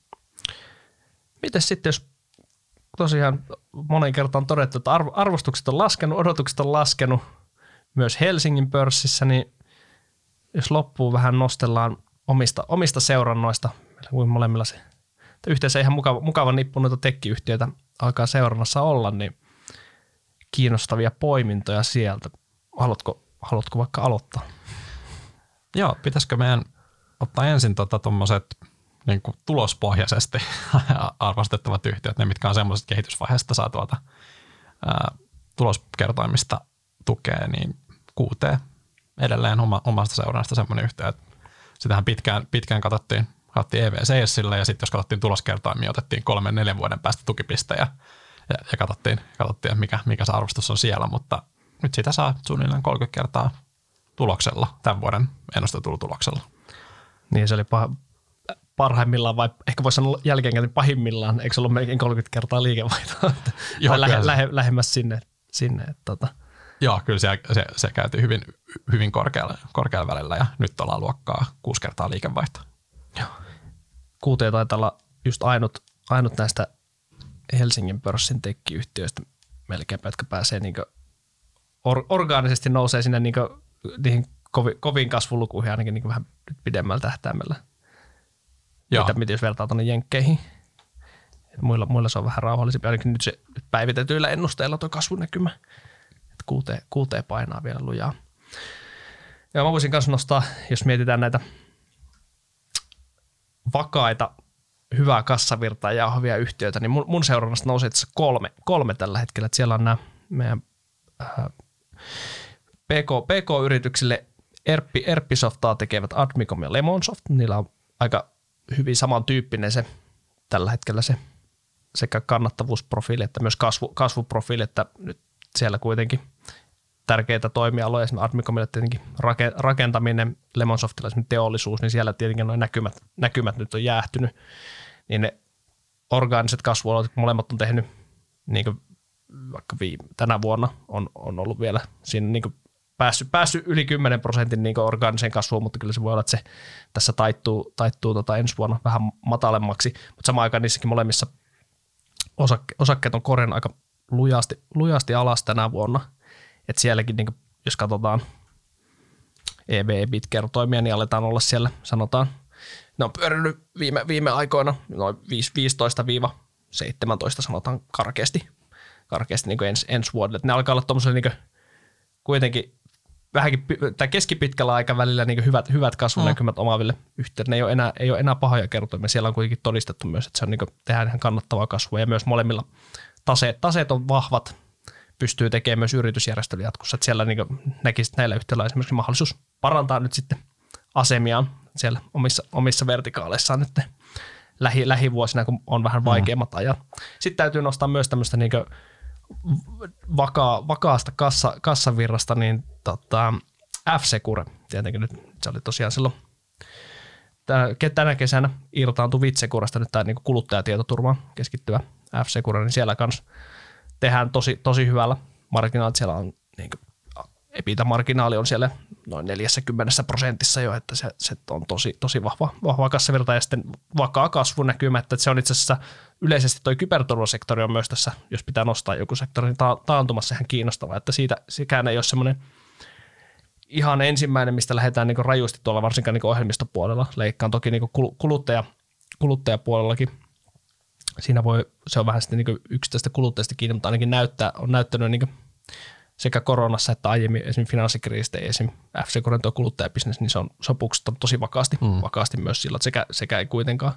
Mites sitten, jos tosiaan monen kertaan on todettu, että arvostukset on laskenut, odotukset on laskenut myös Helsingin pörssissä, niin jos loppuun vähän nostellaan omista, omista seurannoista, kuin molemmilla se yhteensä ihan mukava, mukava nippu noita tekkiyhtiöitä alkaa seurannassa olla, niin kiinnostavia poimintoja sieltä. Haluatko, haluatko vaikka aloittaa? Joo, pitäisikö meidän ottaa ensin tuommoiset tota, niin kuin tulospohjaisesti arvostettavat yhtiöt, ne mitkä on semmoiset kehitysvaiheesta saa tuolta ää, tuloskertoimista tukea, niin Q T edelleen oma, omasta seurannasta semmoinen yhtiö, että sitähän pitkään, pitkään katsottiin, katsottiin E V C-sillä ja sitten jos katsottiin tuloskertoimia, otettiin kolmen neljän vuoden päästä tukipistejä ja, ja katsottiin, katsottiin mikä, mikä se arvostus on siellä, mutta nyt sitä saa suunnilleen kolmekymmentä kertaa tuloksella, tämän vuoden ennustetulla tuloksella. Niin se oli pah- parhaimmillaan vai ehkä voisi sanoa jälkeenkäteen pahimmillaan, eikö se ollut melkein kolmekymmentä kertaa liikevaihtoa, tai lähe, lähe, lähemmäs sinne. sinne että tota. Joo, kyllä se, se, se käytiin hyvin, hyvin korkealla, korkealla välillä ja nyt ollaan luokkaa kuusi kertaa liikevaihtoa. Joo. Q T taitaa olla just ainut, ainut näistä Helsingin pörssin tekkiyhtiöistä melkein, jotka pääsee niinku or, orgaanisesti nousee sinne niinku niihin kovi, koviin kasvulukuihin ainakin niinku vähän pidemmällä tähtäimellä. Mitä, mitä jos vertaa tuonne jenkkeihin. Muilla, muilla se on vähän rauhallisempi, ainakin nyt se päivitetyillä ennusteilla tuo kasvunäkymä. Että Q T, Q T painaa vielä lujaa. Ja mä voisin myös nostaa, jos mietitään näitä vakaita, hyvää kassavirtaa ja jauhavia yhtiöitä, niin mun, mun seurannasta nousee itse kolme, kolme tällä hetkellä. Että siellä on nämä meidän äh, P K, P K-yrityksille Erppi, Erppisoftaa tekevät Admicom ja Lemonsoft. Niillä on aika hyvin samantyyppinen se tällä hetkellä se sekä kannattavuusprofiili että myös kasvu, kasvuprofiili, että nyt siellä kuitenkin tärkeitä toimialoja, esimerkiksi Admicomille tietenkin rakentaminen, Lemonsoftilla esimerkiksi teollisuus, niin siellä tietenkin nuo näkymät, näkymät nyt on jäähtynyt, niin ne orgaaniset kasvualueet, molemmat on tehnyt niin kuin vaikka viime, tänä vuonna on, on ollut vielä siinä niin kuin päässyt, päässyt yli kymmenen prosentin niin orgaaniseen kasvuun, mutta kyllä se voi olla, että se tässä taittuu, taittuu tota ensi vuonna vähän matalemmaksi, mutta samaan aikaan niissäkin molemmissa osakke, osakkeet on korjannut aika lujasti, lujasti alas tänä vuonna, että sielläkin niin kuin, jos katsotaan E V-bit-kertoimia, niin aletaan olla siellä, sanotaan, ne on pyörinyt viime, viime aikoina noin viisitoista seitsemäntoista sanotaan karkeasti, karkeasti niin kuin ens, ensi vuodelle, että ne alkaa olla tuommoisella niin kuin kuitenkin vähänkin tai keskipitkällä aikavälillä niin hyvät, hyvät kasvunäkymät mm. omaaville yhtiöille. Ne ei ole enää, ei ole enää pahoja kertoimia. Siellä on kuitenkin todistettu myös, että se on niin kuin, tehdään ihan kannattavaa kasvua ja myös molemmilla taseet, taseet on vahvat, pystyy tekemään myös yritysjärjestely jatkossa. Että siellä niin kuin, näkisi, että näillä yhtiöillä on esimerkiksi mahdollisuus parantaa nyt sitten asemiaan siellä omissa, omissa vertikaaleissaan nyt lähi, lähivuosina, kun on vähän vaikeammat mm. ajat. Sitten täytyy nostaa myös tämmöistä niin kuin Vakaa, vakaasta kassa, kassavirrasta, niin tota, F-Secure, tietenkin nyt se oli tosiaan silloin tänä kesänä irtaantui Vitsecuresta nyt tämä niin kuluttajatietoturvaan keskittyvä F-Secure, niin siellä kanssa tehdään tosi, tosi hyvällä marginaalit. Siellä on niin EBITDA-marginaali on siellä noin neljäkymmentä prosentissa jo, että se, se on tosi, tosi vahva, vahva kassavirta ja sitten vakaa kasvunäkymä, että se on itse asiassa yleisesti toi kyberturvasektori on myös tässä, jos pitää nostaa joku sektori, niin ta- taantumassa ihan kiinnostavaa, että siitä sekään ei ole semmoinen ihan ensimmäinen, mistä lähdetään niin rajusti tuolla varsinkaan niin ohjelmistopuolella, leikkaan toki niin kuluttaja, kuluttajapuolellakin. Siinä voi, se on vähän sitten niin yksittäistä kuluttajista kiinni, mutta ainakin näyttää, on näyttänyt niin sekä koronassa että aiemmin esimerkiksi finanssikriisistä ja esimerkiksi F-Securen tuo kuluttajabisnes, niin se on sopuksuttanut tosi vakaasti, mm. vakaasti myös sillä, että sekä, sekä ei kuitenkaan.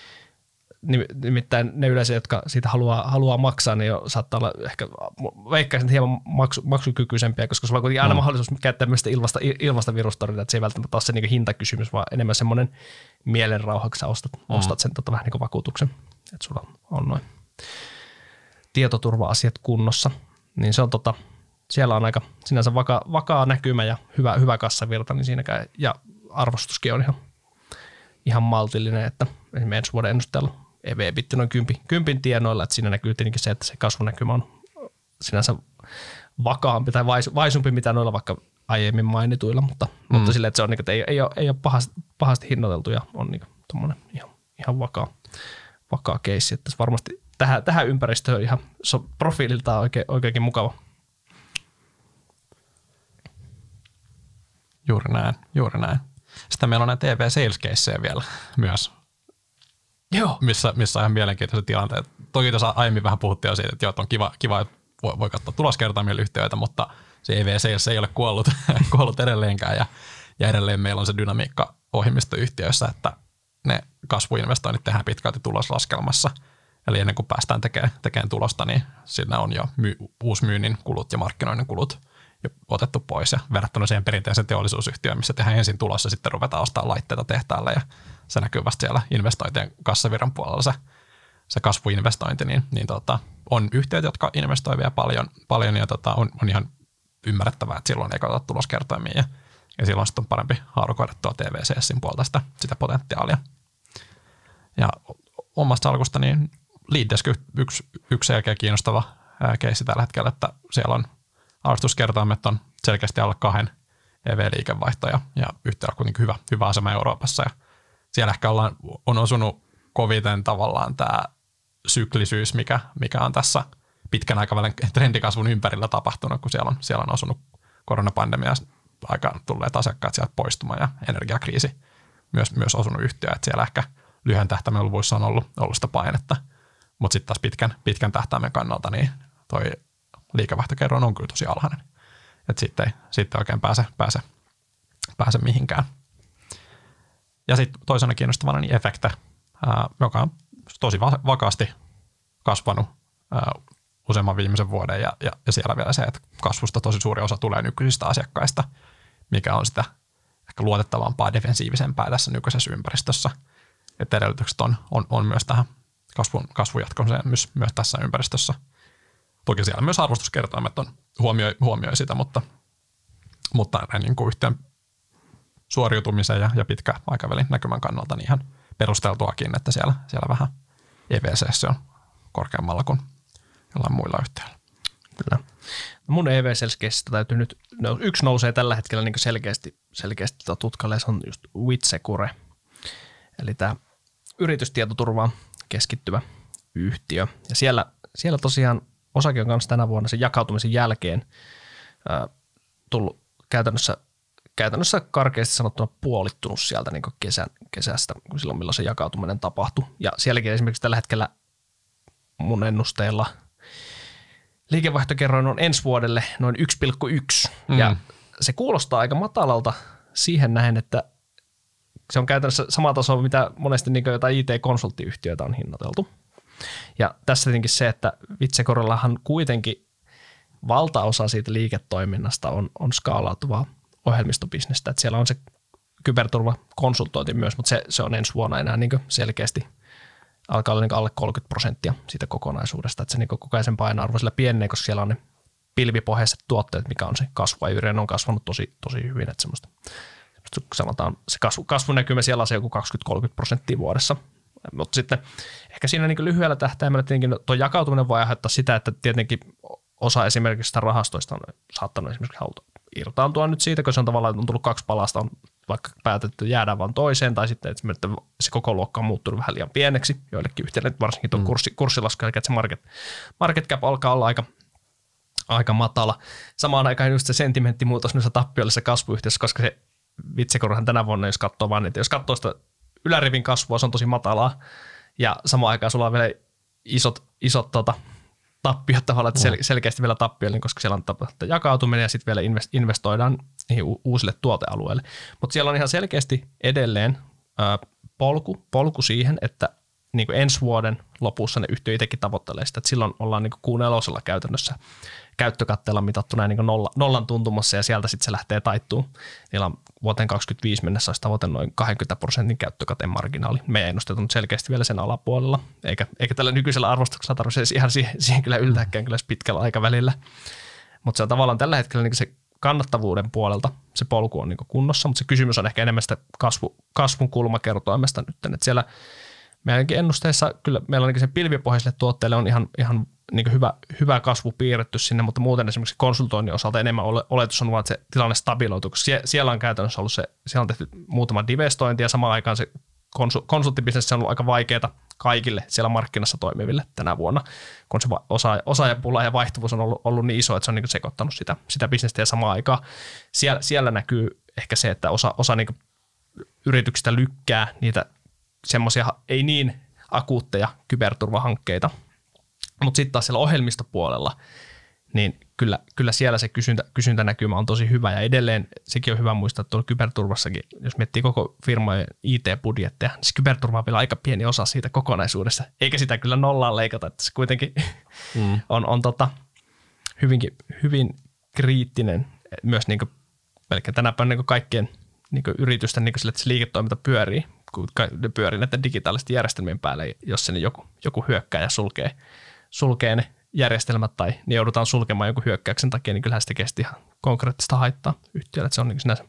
Nimittäin ne yleensä, jotka siitä haluaa, haluaa maksaa, niin jo saattaa olla ehkä, veikkaisin hieman maksu, maksukykyisempiä, koska sulla on kuitenkin aina mm. mahdollisuus käyttää myös ilmasta, ilmasta virustorjuntaa, että se ei välttämättä ole se niin hintakysymys, vaan enemmän semmoinen mielenrauha, kun sä ostat, mm. ostat sen tota, vähän niin kuin vakuutuksen, että sulla on noin tietoturva-asiat kunnossa, niin se on tota, siellä on aika sinänsä vaka, vakaa näkymä ja hyvä, hyvä kassavirta, niin siinäkään, ja arvostuskin on ihan, ihan maltillinen, että esimerkiksi ensi vuoden ennusteella E V-bitti noin kympi, kympin tienoilla, että siinä näkyy tietenkin se, että se kasvunäkymä on sinänsä vakaampi tai vais, vaisumpi mitä noilla vaikka aiemmin mainituilla, mutta, mm. mutta silleen, että se on niin, että ei, ei ole, ei ole pahasti, pahasti hinnoiteltu ja on niin tuommoinen ihan, ihan vakaa, vakaa keissi, että varmasti tähän, tähän ympäristöön ihan so, profiililtaan oikein, oikeinkin mukava. Juuri näin, juuri näin. Sitten meillä on näitä T V Sales caseja vielä myös, Joo. Missä, missä on ihan mielenkiintoisia tilanteita. Toki tuossa aiemmin vähän puhuttiin jo siitä, että, joo, että on kiva, kiva, että voi, voi katsoa tuloskertoimilla yhtiöitä, mutta se E V Sales ei ole kuollut, kuollut edelleenkään ja, ja edelleen meillä on se dynamiikka ohjelmistoyhtiöissä, että ne kasvuinvestoinnit tehdään pitkälti tuloslaskelmassa. Eli ennen kuin päästään tekemään, tekemään tulosta, niin siinä on jo myy, uusmyynnin kulut ja markkinoinnin kulut jo otettu pois. Ja verrattuna siihen perinteiseen teollisuusyhtiöön, missä tehdään ensin tulos ja sitten ruvetaan ostamaan laitteita tehtaalle. Ja se näkyy vasta siellä investointien kassavirran puolella se, se kasvuinvestointi. Niin, niin tota, on yhtiöt, jotka investoivat vielä paljon, paljon ja tota, on, on ihan ymmärrettävää, että silloin ei katsota tuloskertoimia. Ja, ja silloin sitten on parempi haarukoida tuo T V C S:in puolta sitä, sitä potentiaalia. Ja omasta alkusta niin Leaddesk yksi, yksi selkeä kiinnostava keissi tällä hetkellä, että siellä on arvostuskertoimet on selkeästi alle kahden E V-liikevaihto ja, ja yhtiöllä on kuitenkin hyvä, hyvä asema Euroopassa. Ja siellä ehkä ollaan, on osunut koviten tavallaan tämä syklisyys, mikä, mikä on tässä pitkän aikavälin trendikasvun ympärillä tapahtunut, kun siellä on, siellä on osunut koronapandemia aikaan tulleet asiakkaat sieltä poistumaan ja energiakriisi myös, myös osunut yhtiö, että siellä ehkä lyhyen tähtäimen luvuissa on ollut, ollut sitä painetta. Mutta sitten taas pitkän, pitkän tähtäimen kannalta niin toi liikevaihtokerroin on kyllä tosi alhainen. Että sitten ei sitten oikein pääse, pääse, pääse mihinkään. Ja sitten toisena kiinnostavana niin Efecte, ää, joka on tosi va- vakaasti kasvanut ää, useamman viimeisen vuoden. Ja, ja, ja siellä vielä se, että kasvusta tosi suuri osa tulee nykyisistä asiakkaista, mikä on sitä ehkä luotettavampaa, defensiivisempää tässä nykyisessä ympäristössä. Että edellytykset on, on, on myös tähän kasvun, kasvun jatkumiseen myös, myös tässä ympäristössä. Toki siellä myös arvostuskertoimet on huomioi, huomioi sitä, mutta, mutta näin niin kuin yhtiön suoriutumisen ja, ja pitkä aikavälin näkymän kannalta niin ihan perusteltuakin, että siellä, siellä vähän E V C on korkeammalla kuin jollain muilla yhtiöillä. Kyllä. Mun E V C-kesistä täytyy nyt, no, yksi nousee tällä hetkellä niin selkeästi, selkeästi tutkalle, se on just WithSecure, eli tämä yritystietoturvaan keskittyvä yhtiö. Ja siellä, siellä tosiaan osake on kanssa tänä vuonna sen jakautumisen jälkeen ää, tullut käytännössä, käytännössä karkeasti sanottuna puolittunut sieltä niin kesän, kesästä, kun silloin milloin se jakautuminen tapahtui. Ja sielläkin esimerkiksi tällä hetkellä mun ennusteella liikevaihtokerroin on ensi vuodelle noin yksi pilkku yksi. Mm. Ja se kuulostaa aika matalalta siihen nähen, että se on käytännössä sama taso, mitä monesti niin jotain I T-konsulttiyhtiöitä on hinnoiteltu. Ja tässä tietenkin se, että WithSecurellahan kuitenkin valtaosa siitä liiketoiminnasta on, on skaalautuvaa ohjelmistobisnestä. Että siellä on se kyberturvakonsultointi myös, mutta se, se on ensi vuonna enää niin selkeästi alkaa olla niin alle kolmekymmentä prosenttia siitä kokonaisuudesta. Että se niin koko ajan sen painoarvo sillä pienenee, koska siellä on ne pilvipohjaiset tuotteet, mikä on se kasvu. Ja on kasvanut tosi, tosi hyvin, että semmoista sanotaan, se kasvu, kasvunäkymä siellä on se joku kaksikymmentä kolmekymmentä prosenttia vuodessa. Mutta sitten ehkä siinä niin lyhyellä tähtäimellä tietenkin tuo jakautuminen voi aiheuttaa sitä, että tietenkin osa esimerkiksi sitä rahastoista on saattanut esimerkiksi haluta irtaantua nyt siitä, kun se on tavallaan on tullut kaksi palasta, on vaikka päätetty, että jäädään vaan toiseen, tai sitten että se koko luokka on muuttunut vähän liian pieneksi joillekin yhtiöille, varsinkin tuon mm. kurssi, kurssilasku, eli että se market, market cap alkaa olla aika, aika matala. Samaan aikaan just se sentimenttimuutos noissa tappiollisissa kasvuyhtiöissä, koska se WithSecurehan tänä vuonna, jos katsoo vaan, että jos katsoo sitä ylärivin kasvua, se on tosi matalaa, ja samaan aikaan sulla on vielä isot, isot tota, tappiot tavallaan, että sel- selkeästi vielä tappiollinen, koska siellä on jakautuminen ja sitten vielä investoidaan niihin u- uusille tuotealueille. Mutta siellä on ihan selkeästi edelleen ää, polku, polku siihen, että niin kuin ensi vuoden lopussa ne yhtiö itsekin tavoittelee sitä, että silloin ollaan niin kuin kuun nelosella käytännössä käyttökatteella mitattuna niin kuin nolla, nollan tuntumassa ja sieltä sitten se lähtee taittumaan. Niillä on vuoteen kaksikymmentäviisi mennessä olisi tavoite noin kaksikymmentä prosentin käyttökatemarginaali. Me ei ennustettu nyt selkeästi vielä sen alapuolella, eikä, eikä tällä nykyisellä arvostuksella tarvitse ihan siihen, siihen kyllä yltääkään kyllä pitkällä aikavälillä. Mutta se on tavallaan tällä hetkellä niin se kannattavuuden puolelta se polku on niin kunnossa, mutta se kysymys on ehkä enemmän sitä kasvu, kasvun kulmakertoimesta nyt, että siellä meidänkin ennusteissa kyllä meillä on niin se pilvipohjaisille tuotteille on ihan, ihan niin hyvä, hyvä kasvu piirretty sinne, mutta muuten esimerkiksi konsultoinnin osalta enemmän oletus on vaan, että se tilanne stabiloituu, koska siellä on käytännössä ollut se, siellä on tehty muutama divestointi ja samaan aikaan se konsu- konsulttibisnes on ollut aika vaikeaa kaikille siellä markkinassa toimiville tänä vuonna, kun se osa- osaajapula ja vaihtuvuus on ollut, ollut niin iso, että se on niin kuin sekoittanut sitä, sitä bisnestä ja samaan aikaan. Siellä, siellä näkyy ehkä se, että osa, osa niin kuin yrityksistä lykkää niitä semmoisia ei niin akuutteja kyberturvahankkeita, mutta sitten taas siellä ohjelmistopuolella, niin kyllä, kyllä siellä se kysyntä, kysyntänäkymä on tosi hyvä ja edelleen sekin on hyvä muistaa, että tuolla kyberturvassakin, jos miettii koko firmojen I T-budjetteja, niin se kyberturva on vielä aika pieni osa siitä kokonaisuudessa, eikä sitä kyllä nollaan leikata, että se kuitenkin mm. on, on tota, hyvinkin, hyvin kriittinen myös niin kuin, pelkkä tänä päivänä niin kuin kaikkien niin kuin yritysten, niin kuin sille, että se liiketoiminta pyörii, kun ne pyörii näiden digitaalisten järjestelmien päälle, jos se niin joku, joku hyökkää ja sulkee, sulkee ne järjestelmät tai ne joudutaan sulkemaan jonkun hyökkäyksen takia, niin kyllähän se tekee ihan konkreettista haittaa yhtiölle, että se on niin sinänsä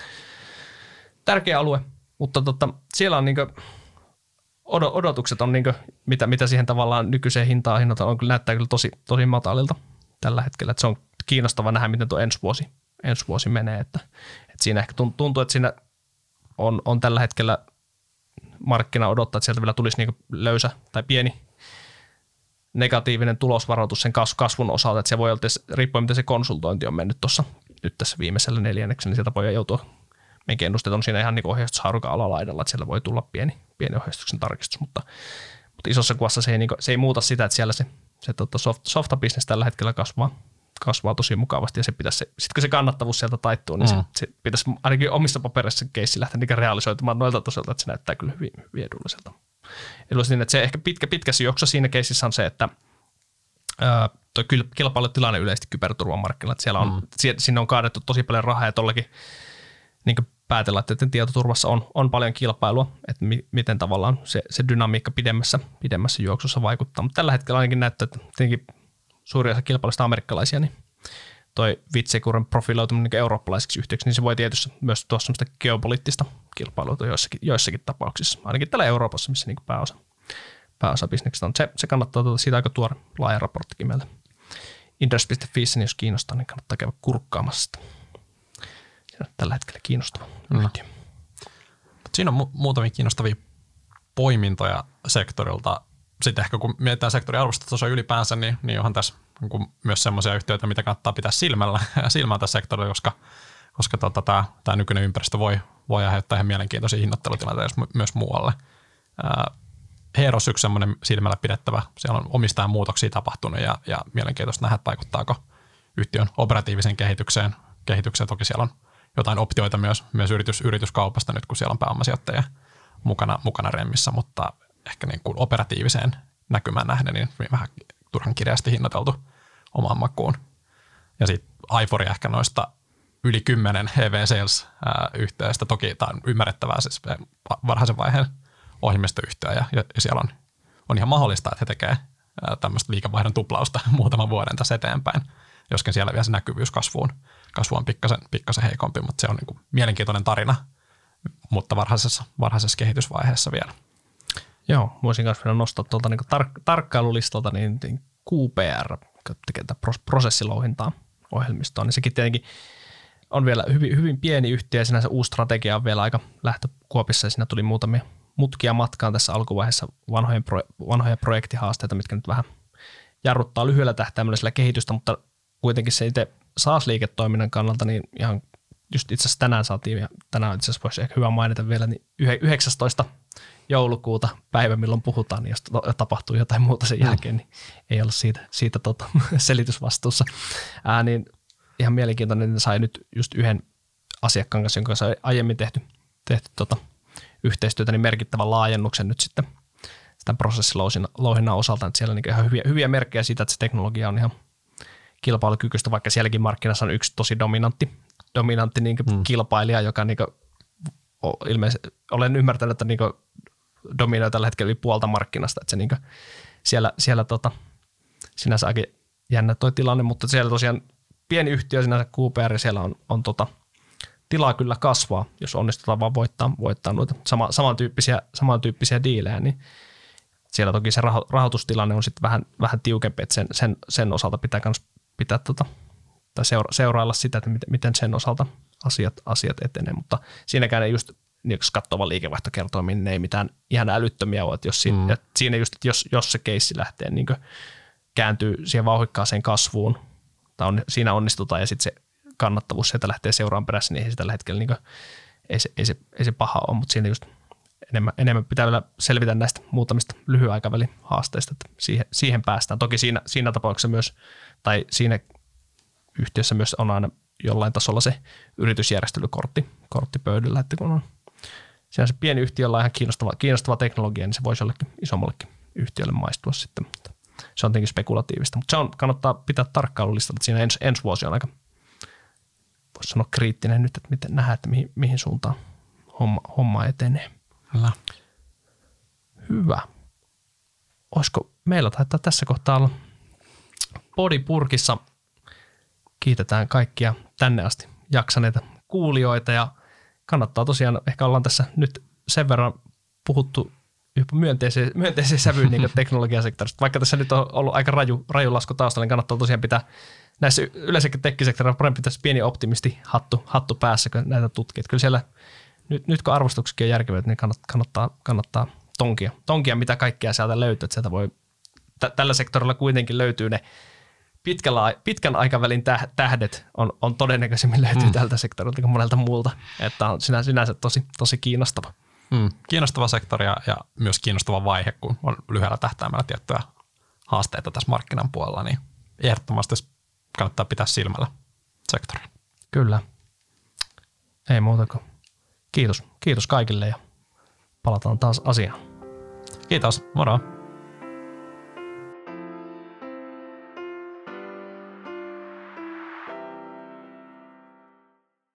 tärkeä alue, mutta tota, siellä on niin odotukset on niin mitä, mitä siihen tavallaan nykyiseen hintaan hinnoitellaan, on, näyttää kyllä tosi, tosi matalilta tällä hetkellä, että se on kiinnostava nähdä, miten tuo ensi vuosi, ensi vuosi menee, että, että siinä ehkä tuntuu, että siinä on, on tällä hetkellä markkina odottaa, että sieltä vielä tulisi niin löysä tai pieni negatiivinen tulosvaroitus sen kasvun osalta, että se voi olla, riippuen miten se konsultointi on mennyt tuossa nyt tässä viimeisellä neljänneksellä, niin sieltä voi joutua, meidänkin ennusteet on siinä ihan niin ohjeistushaarukan alalaidalla, että siellä voi tulla pieni, pieni ohjeistuksen tarkistus, mutta, mutta isossa kuvassa se ei, niin kuin, se ei muuta sitä, että siellä se, se tota soft, softa-business tällä hetkellä kasvaa, kasvaa tosi mukavasti ja se pitäisi, sitten kun se kannattavuus sieltä taittuu, niin mm. se, se pitäisi ainakin omissa papereissa keissi lähteä niin realisoitumaan noilta tasolta, että se näyttää kyllä hyvin, hyvin edulliselta. Niin, että se ehkä pitkä, pitkässä juoksussa siinä keississä on se, että ää, tuo kilpailutilanne yleisesti kyberturvamarkkinoilla, että siellä on, mm. sinne on kaadettu tosi paljon rahaa ja tollakin niin päätellä, että tietoturvassa on, on paljon kilpailua, että mi, miten tavallaan se, se dynamiikka pidemmässä, pidemmässä juoksussa vaikuttaa. Mutta tällä hetkellä ainakin näyttää, että tietenkin suuri osa kilpailusta amerikkalaisia, niin toi Vitsecuren profiloituminen niin eurooppalaiseksi yhtiöksi, niin se voi tietysti myös tuossa semmoista geopoliittista kilpailua joissakin, joissakin tapauksissa, ainakin täällä Euroopassa, missä niin pääosa, pääosa bisneksestä on. Se, se kannattaa tuota, siitä aika tuore laaja raporttikin meiltä. Indus piste fi, niin jos kiinnostaa, niin kannattaa käydä kurkkaamassa sitä. Se on tällä hetkellä kiinnostava yhtiö. No. Siinä on mu- muutamia kiinnostavia poimintoja sektorilta. Sitten ehkä kun mietitään sektorin arvostustasoa ylipäänsä, niin, niin onhan tässä niin myös semmoisia yhtiöitä, mitä kannattaa pitää silmällä, silmällä tässä sektorilla, koska, koska tota, tämä, tämä nykyinen ympäristö voi, voi aiheuttaa ihan mielenkiintoisia hinnoittelutilanteita myös muualle. Ää, Heeros yksi semmoinen silmällä pidettävä, siellä on omistajan muutoksia tapahtunut ja, ja mielenkiintoista nähdä, että vaikuttaako yhtiön operatiiviseen kehitykseen. kehitykseen. Toki siellä on jotain optioita myös, myös yritys, yrityskaupasta nyt, kun siellä on pääomasijoittajia mukana, mukana remmissä, mutta ehkä niin kuin operatiiviseen näkymään nähden, niin vähän turhan kireästi hinnoiteltu omaan makuun. Ja sitten Aiforia ehkä noista yli kymmenen E V Sales-yhteydestä. Toki tämä on ymmärrettävää, siis varhaisen vaiheen ohjelmistoyhtiö, ja, ja siellä on, on ihan mahdollista, että he tekevät tämmöistä liikevaihdon tuplausta muutaman vuoden tässä eteenpäin, joskin siellä vielä se näkyvyys kasvuun, kasvu on pikkasen, pikkasen heikompi, mutta se on niin kuin mielenkiintoinen tarina, mutta varhaisessa, varhaisessa kehitysvaiheessa vielä. Joo, voisin myös vielä nostaa tuolta niin tar- tarkkailulistalta niin, niin Q P R, joka tekee tätä prosessilouhintaa ohjelmistoa, niin sekin tietenkin on vielä hyvin, hyvin pieni yhtiö ja sinänsä uusi strategia on vielä aika lähtökuopissa ja siinä tuli muutamia mutkia matkaan tässä alkuvaiheessa vanhojen pro, vanhoja projektihaasteita, mitkä nyt vähän jarruttaa lyhyellä tähtäimellä kehitystä, mutta kuitenkin se itse SaaS-liiketoiminnan kannalta niin ihan just itse asiassa tänään saatiin, ja tänään itse asiassa voisi ehkä hyvä mainita vielä, niin yhdeksästoista joulukuuta päivä, milloin puhutaan, niin jos tapahtuu jotain muuta sen jälkeen, niin ei ole siitä, siitä tota, selitysvastuussa. Ää, niin ihan mielenkiintoinen, että sai nyt just yhden asiakkaan kanssa, jonka kanssa aiemmin tehty, tehty tota, yhteistyötä, niin merkittävän laajennuksen nyt sitten sitä prosessilouhinnan osalta, että siellä on niin ihan hyviä, hyviä merkkejä siitä, että se teknologia on ihan kilpailukykyistä, vaikka sielläkin markkinassa on yksi tosi dominantti, dominantti niin mm. kilpailija, joka niin ilmeisesti olen ymmärtänyt, että niin dominoi tällä hetkellä yli puolta markkinasta, että se niin siellä, siellä tota, sinänsä aika jännä toi tilanne, mutta siellä tosiaan pieni yhtiö sinänsä Q P R, siellä on, on tota, tilaa kyllä kasvaa, jos onnistutaan vaan voittaa, voittaa noita sama, samantyyppisiä, samantyyppisiä diilejä, niin siellä toki se raho, rahoitustilanne on sitten vähän, vähän tiukempi, että sen, sen, sen osalta pitää myös pitää tota, tai seura, seurailla sitä, että miten, miten sen osalta asiat, asiat etenee, mutta siinäkään ei just niin jos katsoo liikevaihtokertoimia, niin ne ei mitään ihan älyttömiä ole. Että jos siinä, mm. että siinä just, että jos, jos se keissi lähtee niin kääntyy siihen vauhdikkaaseen kasvuun, tai on, siinä onnistutaan ja sitten se kannattavuus sieltä lähtee seuraan perässä, niin ei se tällä hetkellä niin kuin, ei, se, ei, se, ei se paha ole, mutta siinä just enemmän, enemmän pitää vielä selvitä näistä muutamista lyhyen aikavälin haasteista, että siihen, siihen päästään. Toki siinä, siinä tapauksessa myös, tai siinä yhtiössä myös on aina jollain tasolla se yritysjärjestelykortti kortti pöydällä, että kun on siinä se pieni yhtiö, jolla on ihan kiinnostava, kiinnostava teknologia, niin se voisi jollekin isommallekin yhtiölle maistua sitten, mutta se on tietenkin spekulatiivista, mutta se on, kannattaa pitää tarkkailulistalla, että siinä ens, ensi vuosi on aika, voisi sanoa kriittinen nyt, että miten nähdään, että mihin, mihin suuntaan homma, homma etenee. Hyvä. Hyvä. Olisiko meillä taitaa tässä kohtaa olla podi purkissa. Kiitetään kaikkia tänne asti jaksaneita kuulijoita ja kannattaa tosiaan, ehkä ollaan tässä nyt sen verran puhuttu jopa myönteiseen, myönteiseen sävyyn niin teknologiasektorista. Vaikka tässä nyt on ollut aika raju, raju lasku taustalla, niin kannattaa tosiaan pitää näissä yleensäkin tekkisektorilla parempi tässä pieni optimisti hattu, hattu päässä, kun näitä tutkii. Kyllä siellä nyt, nyt kun arvostuksikin on järkevät, niin kannattaa, kannattaa tonkia, tonkia, mitä kaikkea sieltä löytyy. Sieltä voi, t- tällä sektorilla kuitenkin löytyy ne pitkällä, pitkän aikavälin tähdet on, on todennäköisemmin löytyy mm. tältä sektorilta kuin monelta muulta. Että on sinä, sinänsä tosi, tosi kiinnostava. Mm. Kiinnostava sektori ja, ja myös kiinnostava vaihe, kun on lyhyellä tähtäimellä tiettyjä haasteita tässä markkinan puolella, niin ehdottomasti kannattaa pitää silmällä sektoria. Kyllä. Ei muuta kuin kiitos. Kiitos kaikille ja palataan taas asiaan. Kiitos. Moro.